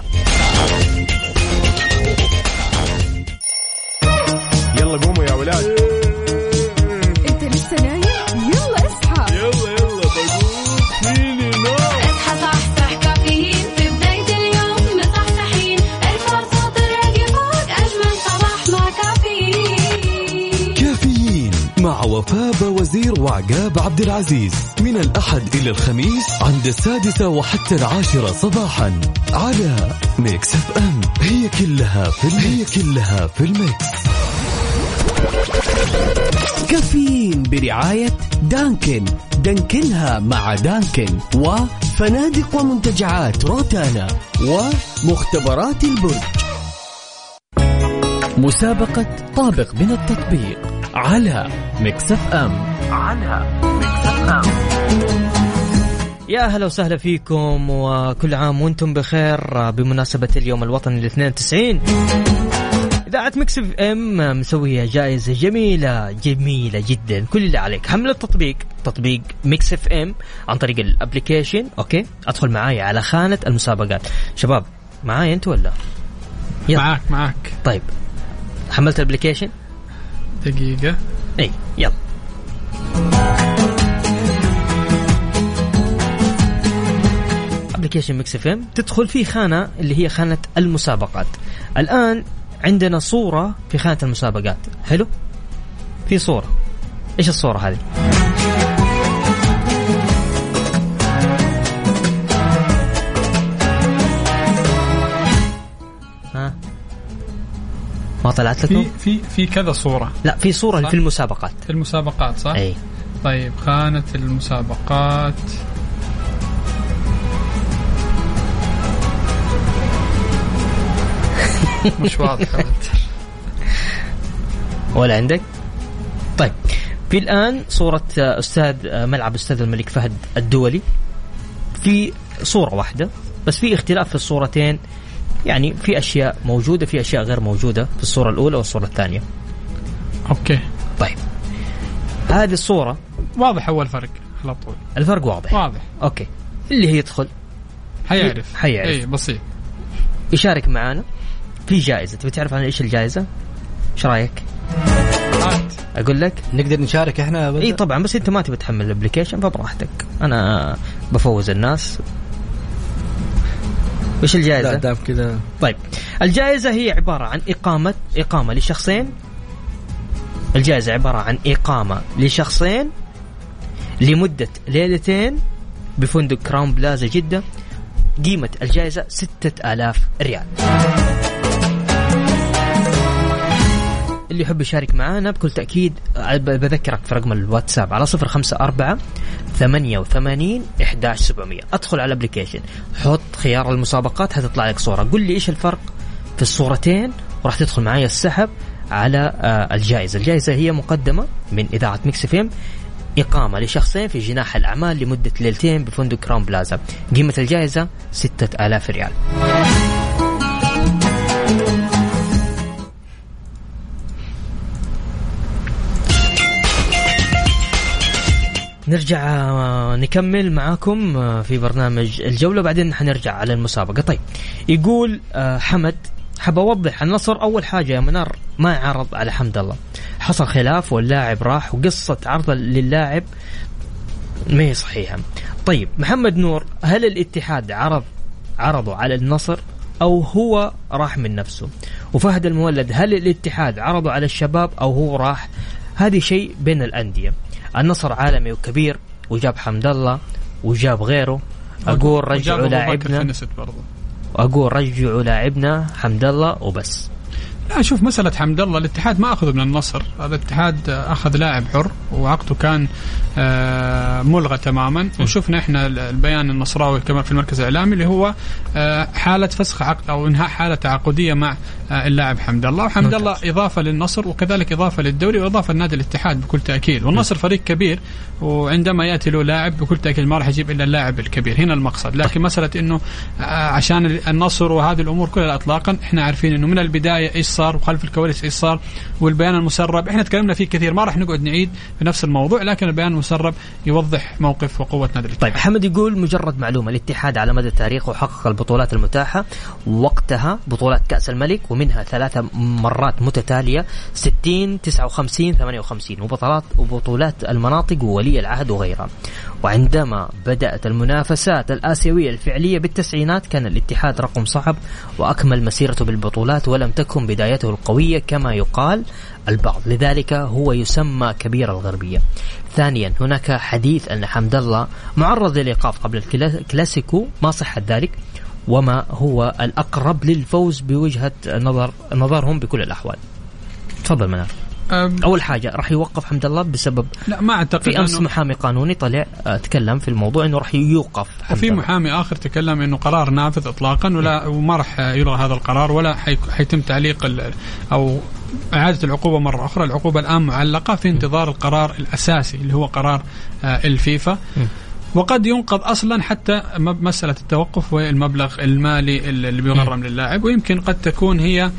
يلا قوموا يا ولاد. انت لسه نايم؟ يلا اصحى. يلا بقوم فيني نوم. اصحى صحصح كافيين في بداية اليوم مصحصحين، الفرصة تراقي فوق أجمل صباح مع كافيين مع وفاء وزير وعقاب عبد العزيز من الأحد إلى الخميس عند 6 وحتى 10 صباحا على ميكس اف ام. هي كلها في الميكس. كافيين برعاية دانكنها مع دانكن، وفنادق ومنتجعات روتانا، ومختبرات البرج. مسابقة طابق من التطبيق على ميكس اف ام. يا أهلا وسهلا فيكم وكل عام وانتم بخير بمناسبة اليوم الوطني 92. إذاعة ميكس اف ام مسوية جائزة جميلة جدا. كل اللي عليك حمل تطبيق ميكس اف ام عن طريق الابليكيشن. اوكي، ادخل معايا على خانة المسابقات. شباب معايا انت ولا؟ يلا. معاك. طيب حملت الابليكيشن؟ دقيقة. اي يلا. ابليكيشن ميكس اف ام، تدخل في خانة اللي هي خانة المسابقات. الآن عندنا صورة في خانة المسابقات. حلو، في صورة. إيش الصورة هذه؟ ما طلعت لكم؟ في كذا صورة. لا، في صورة صح؟ في المسابقات صح؟ أي. طيب خانة المسابقات مش واضح ولا عندك؟ طيب في الآن صورة ملعب أستاذ الملك فهد الدولي، في صورة واحدة بس في اختلاف في الصورتين، يعني في أشياء موجودة في أشياء غير موجودة في الصورة الأولى والصورة الثانية. أوكي طيب هذه الصورة واضح. أول فرق على طول الفرق واضح. أوكي، اللي هي يدخل حيعرف. أي بسيط. يشارك معانا في جائزة. تبي تعرف عن إيش الجائزة؟ إيش رأيك؟ أقول لك نقدر نشارك إحنا. إيه طبعا، بس أنت ما تبي تحمل الابليكيشن فبراحتك، أنا بفوز الناس. وإيش الجائزة؟ دام كذا. طيب الجائزة هي عبارة عن إقامة لشخصين. الجائزة عبارة عن إقامة لشخصين لمدة ليلتين بفندق كراون بلازا جدة. قيمة الجائزة 6000 ريال. اللي يحب يشارك معانا بكل تأكيد بذكرك في رقم الواتساب على 0548811700. أدخل على الابليكيشن، حط خيار المسابقات، هتطلع لك صورة. قل لي إيش الفرق في الصورتين وراح تدخل معايا السحب على الجائزة. الجائزة هي مقدمة من إذاعة ميكس اف ام إقامة لشخصين في جناح الأعمال لمدة ليلتين بفندق كراون بلازا. قيمة الجائزة 6000 ريال. نرجع نكمل معاكم في برنامج الجولة، بعدين حنرجع على المسابقة. طيب يقول حمد حاب أوضح النصر أول حاجة يا منار ما عرض على حمد الله، حصل خلاف واللاعب راح، وقصة عرض للاعب ما هي صحيحة. طيب محمد نور، هل الاتحاد عرضوا على النصر أو هو راح من نفسه؟ وفهد المولد، هل الاتحاد عرضوا على الشباب أو هو راح؟ هذه شيء بين الأندية. النصر عالمي وكبير وجاب حمد الله وجاب غيره. أقول رجعوا لاعبنا حمد الله وبس. لا شوف، مسألة حمد الله الاتحاد ما أخذه من النصر، هذا الاتحاد أخذ لاعب حر وعقده كان ملغى تماما. وشفنا إحنا البيان النصراوي كمان في المركز الإعلامي اللي هو حالة فسخ عقد أو إنهاء حالة تعاقدية مع اللاعب حمد الله. وحمد الله إضافة للنصر وكذلك إضافة للدوري وإضافة لنادي الاتحاد بكل تأكيد. والنصر فريق كبير، وعندما يأتي له لاعب بكل تأكيد ما راح يجيب إلا اللاعب الكبير، هنا المقصد. لكن مسألة إنه عشان النصر وهذه الأمور كلها إطلاقا، إحنا عارفين إنه من البداية إيش صار وخلف الكواليس إيش صار، والبيان المسرب إحنا تكلمنا فيه كثير، ما راح نقعد نعيد في نفس الموضوع، لكن البيان المسرب يوضح موقف وقوة نادي الاتحاد. طيب حمد يقول مجرد معلومة، الاتحاد على مدى التاريخ وحقق البطولات المتاحة وقتها بطولات كأس الملك ومنها 3 مرات متتالية 60 59 58 وبطولات المناطق وولي العهد وغيرها. وعندما بدأت المنافسات الآسيوية الفعلية بالتسعينات كان الاتحاد رقم صعب وأكمل مسيرته بالبطولات ولم تكن بدايته القوية كما يقال البعض، لذلك هو يسمى كبير الغربية. ثانيا هناك حديث أن حمد الله معرض للإيقاف قبل الكلاسيكو، ما صح ذلك وما هو الأقرب للفوز بوجهة نظرهم بكل الأحوال. تفضل منار. أول حاجة راح يوقف حمد الله بسبب، لا ما أعتقد. في أمس محامي قانوني طلع تكلم في الموضوع إنه راح يوقف حمد وفي محامي آخر تكلم إنه قرار نافذ إطلاقا وما راح يلغى هذا القرار ولا حيتم تعليق أو إعادة العقوبة مرة أخرى. العقوبة الآن معلقة في انتظار القرار الأساسي اللي هو قرار الفيفا. وقد ينقض أصلا حتى مسألة التوقف والمبلغ المالي اللي بيغرم للاعب، ويمكن قد تكون هي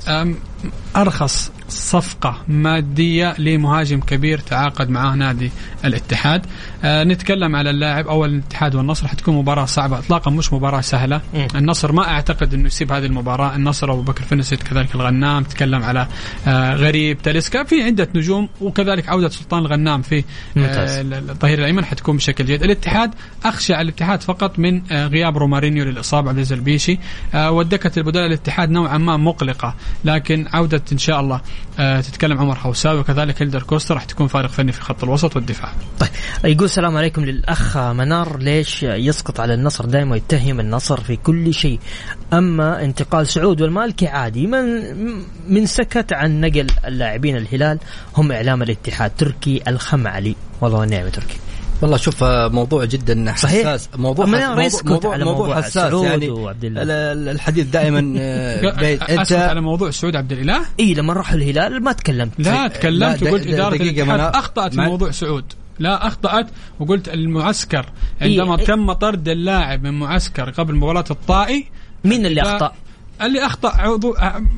أرخص صفقة مادية لمهاجم كبير تعاقد معاه نادي الاتحاد. نتكلم على اللاعب. أول الاتحاد والنصر حتكون مباراة صعبة إطلاقا، مش مباراة سهلة. النصر ما أعتقد أنه يسيب هذه المباراة. النصر أبو بكر فنسيت كذلك الغنام، تكلم على غريب تاليسكا، في عدة نجوم، وكذلك عودة سلطان الغنام في الظهير الأيمن حتكون بشكل جيد. الاتحاد أخشى على الاتحاد فقط من غياب رومارينيو للإصابة عبد العزيز البيشي، ودكة البدلاء الاتحاد نوعا ما مقلقة، لكن عودة إن شاء الله تتكلم عمر حوساوي وكذلك هيلدر كوستا راح تكون فارق فني في خط الوسط والدفاع. طيب يقول السلام عليكم للأخ منار، ليش يسقط على النصر دائما ويتهم النصر في كل شيء؟ أما انتقال سعود والمالكي عادي، من سكت عن نقل اللاعبين الهلال هم إعلام الاتحاد. تركي الخمعلي، والله ونعم تركي. والله شوف موضوع جدا حساس، موضوع حساس يعني الحديث دائما انت على موضوع سعود عبد الاله. لما راحوا الهلال ما تكلمت. لا تكلمت وقلت اداره الاتحاد اخطات في موضوع سعود. لا أخطأت وقلت المعسكر عندما تم طرد اللاعب من معسكر قبل مباراة الطائي. مين اللي أخطأ؟ اللي أخطأ عضو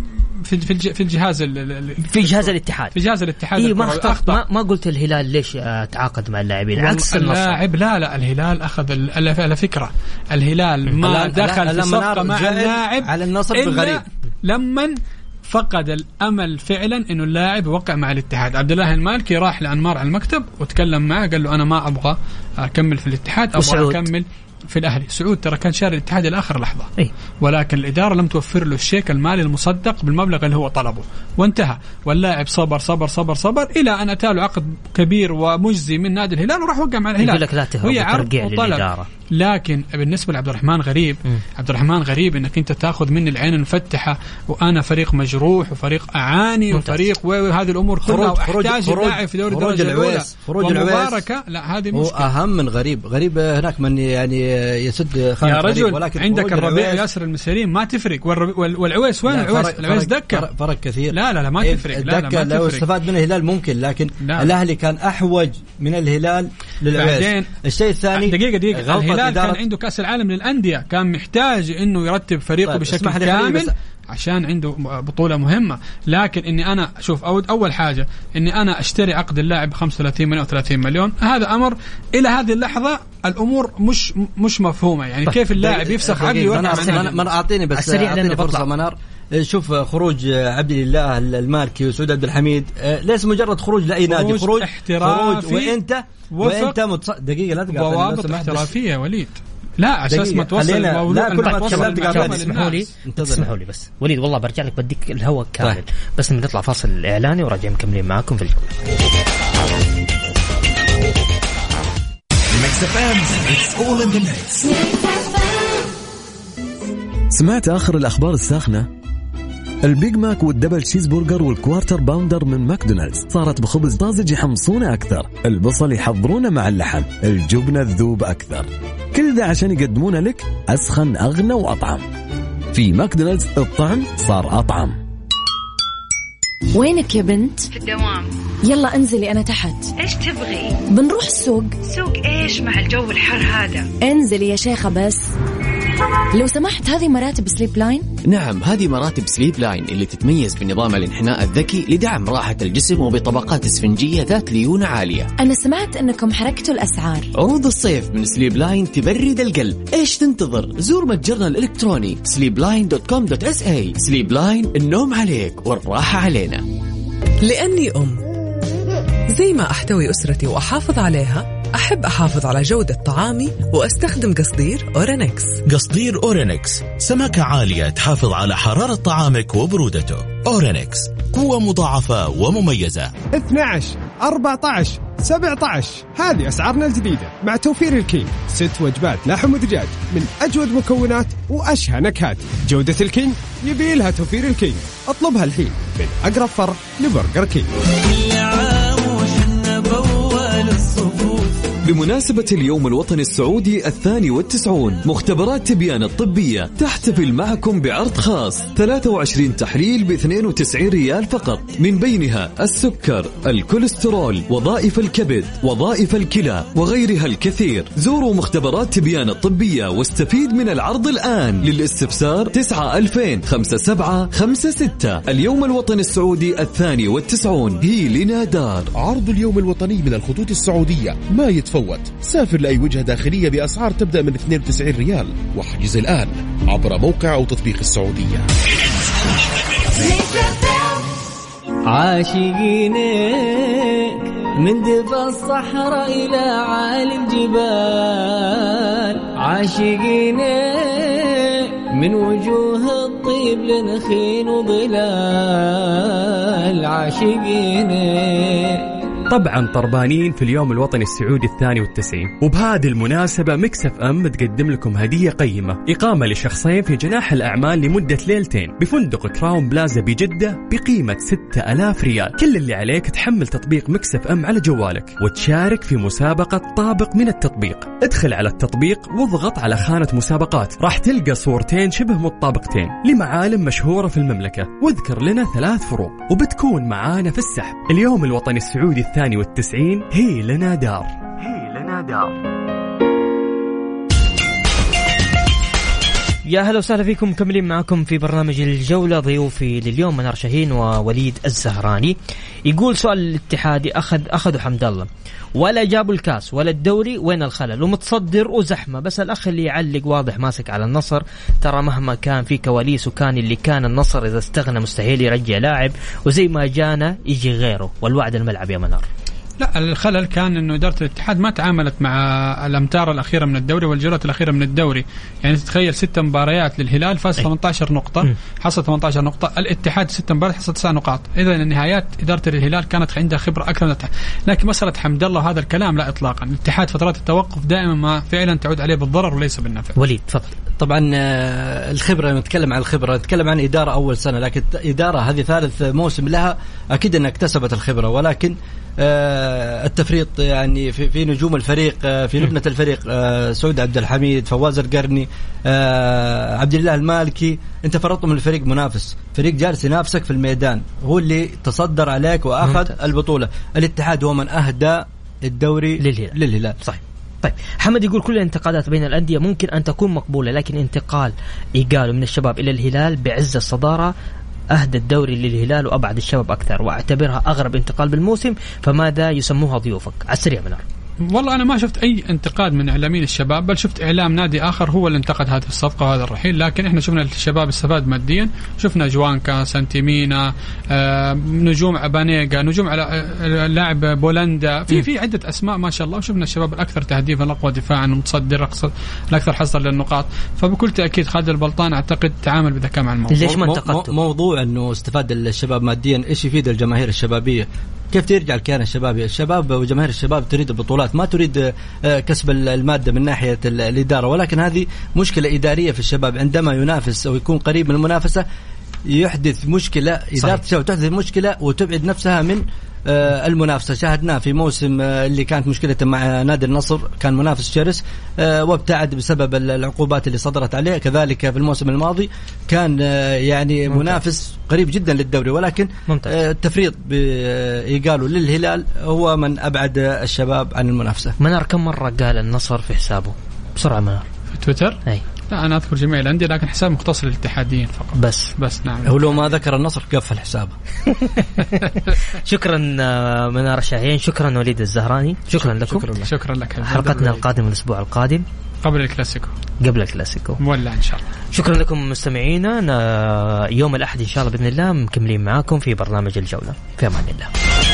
في الجهاز في جهاز الاتحاد. في جهاز الاتحاد ما أخطأ. ما قلت الهلال ليش تعاقد مع اللاعبين عكس اللاعب. لا الهلال أخذ على فكرة الهلال ما دخل في صفقة مع اللاعب على النصر بغريب لمن فقد الأمل فعلا إنه اللاعب وقع مع الاتحاد. عبد الله المالكي راح لأنمار على المكتب وتكلم معه قال له أنا ما أبغى أكمل في الاتحاد، أبغى أكمل في الأهلي. سعود ترى كان شاري الاتحاد لآخر لحظة، ولكن الإدارة لم توفر له الشيك المالي المصدق بالمبلغ اللي هو طلبه وانتهى. واللاعب صبر صبر صبر صبر إلى أن أتى له عقد كبير ومجزي من نادي الهلال وراح وقع مع الهلال. يقول لك لا تهرب وترجع للإدارة. لكن بالنسبة لعبد الرحمن غريب، عبد الرحمن غريب انك انت تاخذ مني العين المفتحة وانا فريق مجروح وفريق اعاني وفريق وهذه الامور كلها واحتاج اللاعب في دوري الدرجة الاولى ومباركة. لا هذه مشكلة. اهم من غريب هناك من يعني يسد خانة يا رجل، ولكن عندك الربيع ياسر المسيرين ما تفرق، والعويس وين؟ العويس دكة، فرق كثير. لا ما تفرق. الدكة لو استفاد من الهلال ممكن، لكن الأهلي كان أحوج من الهلال للعويس. الشيء الثاني دقيقة الهلال كان عنده كأس العالم للأندية، كان محتاج إنه يرتب فريقه بشكل كامل عشان عنده بطولة مهمة. لكن إني أنا شوف أول حاجة إني أنا أشتري عقد اللاعب 35 مليون أو 30 مليون، هذا أمر إلى هذه اللحظة الأمور مش مفهومة. يعني كيف اللاعب يفسخ عقد منار أعطيني بس أعطيني فرصة منار. شوف خروج عبد الله المالكي وسعود عبد الحميد ليس مجرد خروج لأي نادي، خروج احترافي، وأنت دقيقة لا تقاطعني، ضوابط احترافية وليد. لا أساس ما توصل لا كل ما تكلمت اسمحوا لي بس وليد، والله برجع لك بديك الهواء كامل. طيب. بس نطلع فاصل إعلاني وراجع مكملين معاكم في الجولة. سمعت آخر الأخبار الساخنة؟ البيج ماك والدبل تشيز برجر والكوارتر باوندر من ماكدونالدز صارت بخبز طازج يحمصونه أكثر، البصل يحضرونه مع اللحم، الجبنة تذوب أكثر، كل ذا عشان يقدمونه لك أسخن أغنى وأطعم. في ماكدونالدز الطعم صار أطعم. وينك يا بنت؟ في الدوام. يلا انزلي أنا تحت. إيش تبغي؟ بنروح السوق. سوق إيش مع الجو الحر هذا؟ انزلي يا شيخة بس. لو سمحت، هذه مراتب سليب لاين؟ نعم، هذه مراتب سليب لاين اللي تتميز بنظام الانحناء الذكي لدعم راحة الجسم وبطبقات اسفنجية ذات ليونة عالية. أنا سمعت أنكم حركتوا الأسعار. عروض الصيف من سليب لاين تبرد القلب. إيش تنتظر؟ زور متجرنا الإلكتروني sleepline.com.sa. سليب لاين، النوم عليك والراحة علينا. لأني زي ما أحتوي أسرتي وأحافظ عليها، أحب أحافظ على جودة طعامي وأستخدم قصدير أورينكس. قصدير أورينكس سمكة عالية تحافظ على حرارة طعامك وبرودته. أورينكس قوة مضاعفة ومميزة. 12 14 17 هذه أسعارنا الجديدة مع توفير الكينج. 6 وجبات لحم ودجاج من أجود مكونات وأشهى نكهات. جودة الكينج يبي لها توفير الكينج. اطلبها الحين من أقرب فرع لبرجر كينج. بمناسبة اليوم الوطني السعودي 92، مختبرات تبيان الطبية تحتفل معكم بعرض خاص، 23 تحليل ب92 ريال فقط، من بينها السكر، الكوليسترول، وظائف الكبد، وظائف الكلى وغيرها الكثير. زوروا مختبرات تبيان الطبية واستفيد من العرض الآن. للاستفسار 9-2000-5756. اليوم الوطني السعودي 92 هي لنا دار. عرض اليوم الوطني من الخطوط السعودية ما يتفوت. سافر لأي وجهة داخلية بأسعار تبدأ من 92 ريال، واحجز الآن عبر موقع أو تطبيق السعودية. عاشقينك من دفا الصحراء إلى عالي الجبال، عاشقينك من وجوه الطيب لنخين وظلال، عاشقينك. طبعا طربانين في اليوم الوطني السعودي 92، وبهذه المناسبة ميكس اف ام تقدم لكم هدية قيمة، إقامة لشخصين في جناح الأعمال لمدة ليلتين بفندق كراون بلازا بجدة بقيمة 6000 ريال. كل اللي عليك تحمل تطبيق ميكس اف ام على جوالك وتشارك في مسابقة طابق من التطبيق. ادخل على التطبيق واضغط على خانة مسابقات، راح تلقى صورتين شبه متطابقتين لمعالم مشهورة في المملكة، واذكر لنا 3 فروق وبتكون معانا في السحب. اليوم الوطني السعودي 92 هي لنا دار. يا هلا وسهلا فيكم، مكملين معكم في برنامج الجولة. ضيوفي لليوم منار شاهين ووليد الزهراني. يقول سؤال الاتحادي أخذوا حمد الله ولا جابوا الكاس ولا الدوري، وين الخلل؟ ومتصدر وزحمة، بس الأخ اللي يعلق واضح ماسك على النصر. ترى مهما كان في كواليس وكان اللي كان النصر إذا استغنى مستحيل يرجع لاعب، وزي ما جانا يجي غيره، والوعد الملعب يا منار. لا، الخلل كان انه اداره الاتحاد ما تعاملت مع الامتار الاخيره من الدوري والجولات الاخيره من الدوري. يعني تتخيل 6 مباريات للهلال فاز 18 نقطه، حصل 18 نقطه. الاتحاد 6 مباريات حصل 9 نقاط. اذا النهايات اداره الهلال كانت عندها خبره اكثر من الاتحاد. لكن مساله حمد الله وهذا الكلام لا اطلاقا. الاتحاد فترات التوقف دائما ما فعلا تعود عليه بالضرر وليس بالنفع. وليد تفضل. طبعا الخبرة، نتكلم عن الخبرة، نتكلم عن إدارة أول سنة، لكن إدارة هذه ثالث موسم لها أكيد أنها اكتسبت الخبرة، ولكن التفريط يعني في نجوم الفريق، في لبنة الفريق، سعود عبد الحميد، فواز القرني، عبد الله المالكي. أنت فرطت من الفريق منافس، فريق جالس ينافسك في الميدان، هو اللي تصدر عليك وأخذ البطولة. الاتحاد هو من أهدى الدوري للهلال. صحيح. طيب حمد يقول كل الانتقادات بين الأندية ممكن أن تكون مقبولة، لكن انتقال إيجالو من الشباب إلى الهلال بعز الصدارة أهدى الدوري للهلال وأبعد الشباب أكثر، وأعتبرها أغرب انتقال بالموسم، فماذا يسموها ضيوفك؟ على السريع منار. والله أنا ما شفت أي انتقاد من إعلاميين الشباب، بل شفت إعلام نادي آخر هو اللي انتقد هذه الصفقة وهذا الرحيل، لكن إحنا شفنا الشباب استفاد ماديا، شفنا جوانكا، سانتيمينا، نجوم عبانيغا، نجوم على لاعب بولندا، في عدة أسماء ما شاء الله، وشفنا الشباب الأكثر تهديفا، الأقوى دفاعا، المتصدر، الأكثر حصل للنقاط. فبكل تأكيد خالد البلطان أعتقد تعامل بذكاء مع الموضوع. ليش ما انتقدته؟ موضوع إنه استفاد الشباب ماديا، إيش يفيد الجماهير الشبابية؟ كيف ترجع الكيان الشبابي؟ الشباب وجماهير الشباب تريد البطولات، ما تريد كسب المادة من ناحية الإدارة، ولكن هذه مشكلة إدارية في الشباب. عندما ينافس أو يكون قريب من المنافسة يحدث مشكلة، إدارة الشباب تحدث مشكلة وتبعد نفسها من المنافسة. شاهدناه في موسم اللي كانت مشكلة مع نادي النصر، كان منافس شرس وابتعد بسبب العقوبات اللي صدرت عليه. كذلك في الموسم الماضي كان يعني منافس قريب جدا للدوري، ولكن التفريط بإيجالو للهلال هو من أبعد الشباب عن المنافسة. منار كم مرة قال النصر في حسابه بسرعة منار في تويتر؟ أي. لا أنا أذكر جميع الأندية، لكن حساب مختص للاتحاديين فقط. بس نعم. هو لو ما ذكر النصر قفل حسابه. شكرا منار شاهين، شكرا وليد الزهراني، شكرا لكم. شكرا لك. حلقتنا القادمة الأسبوع القادم قبل الكلاسيكو مولع إن شاء الله. شكرا لكم مستمعينا، يوم الأحد إن شاء الله بإذن الله مكملين معاكم في برنامج الجولة. في أمان الله.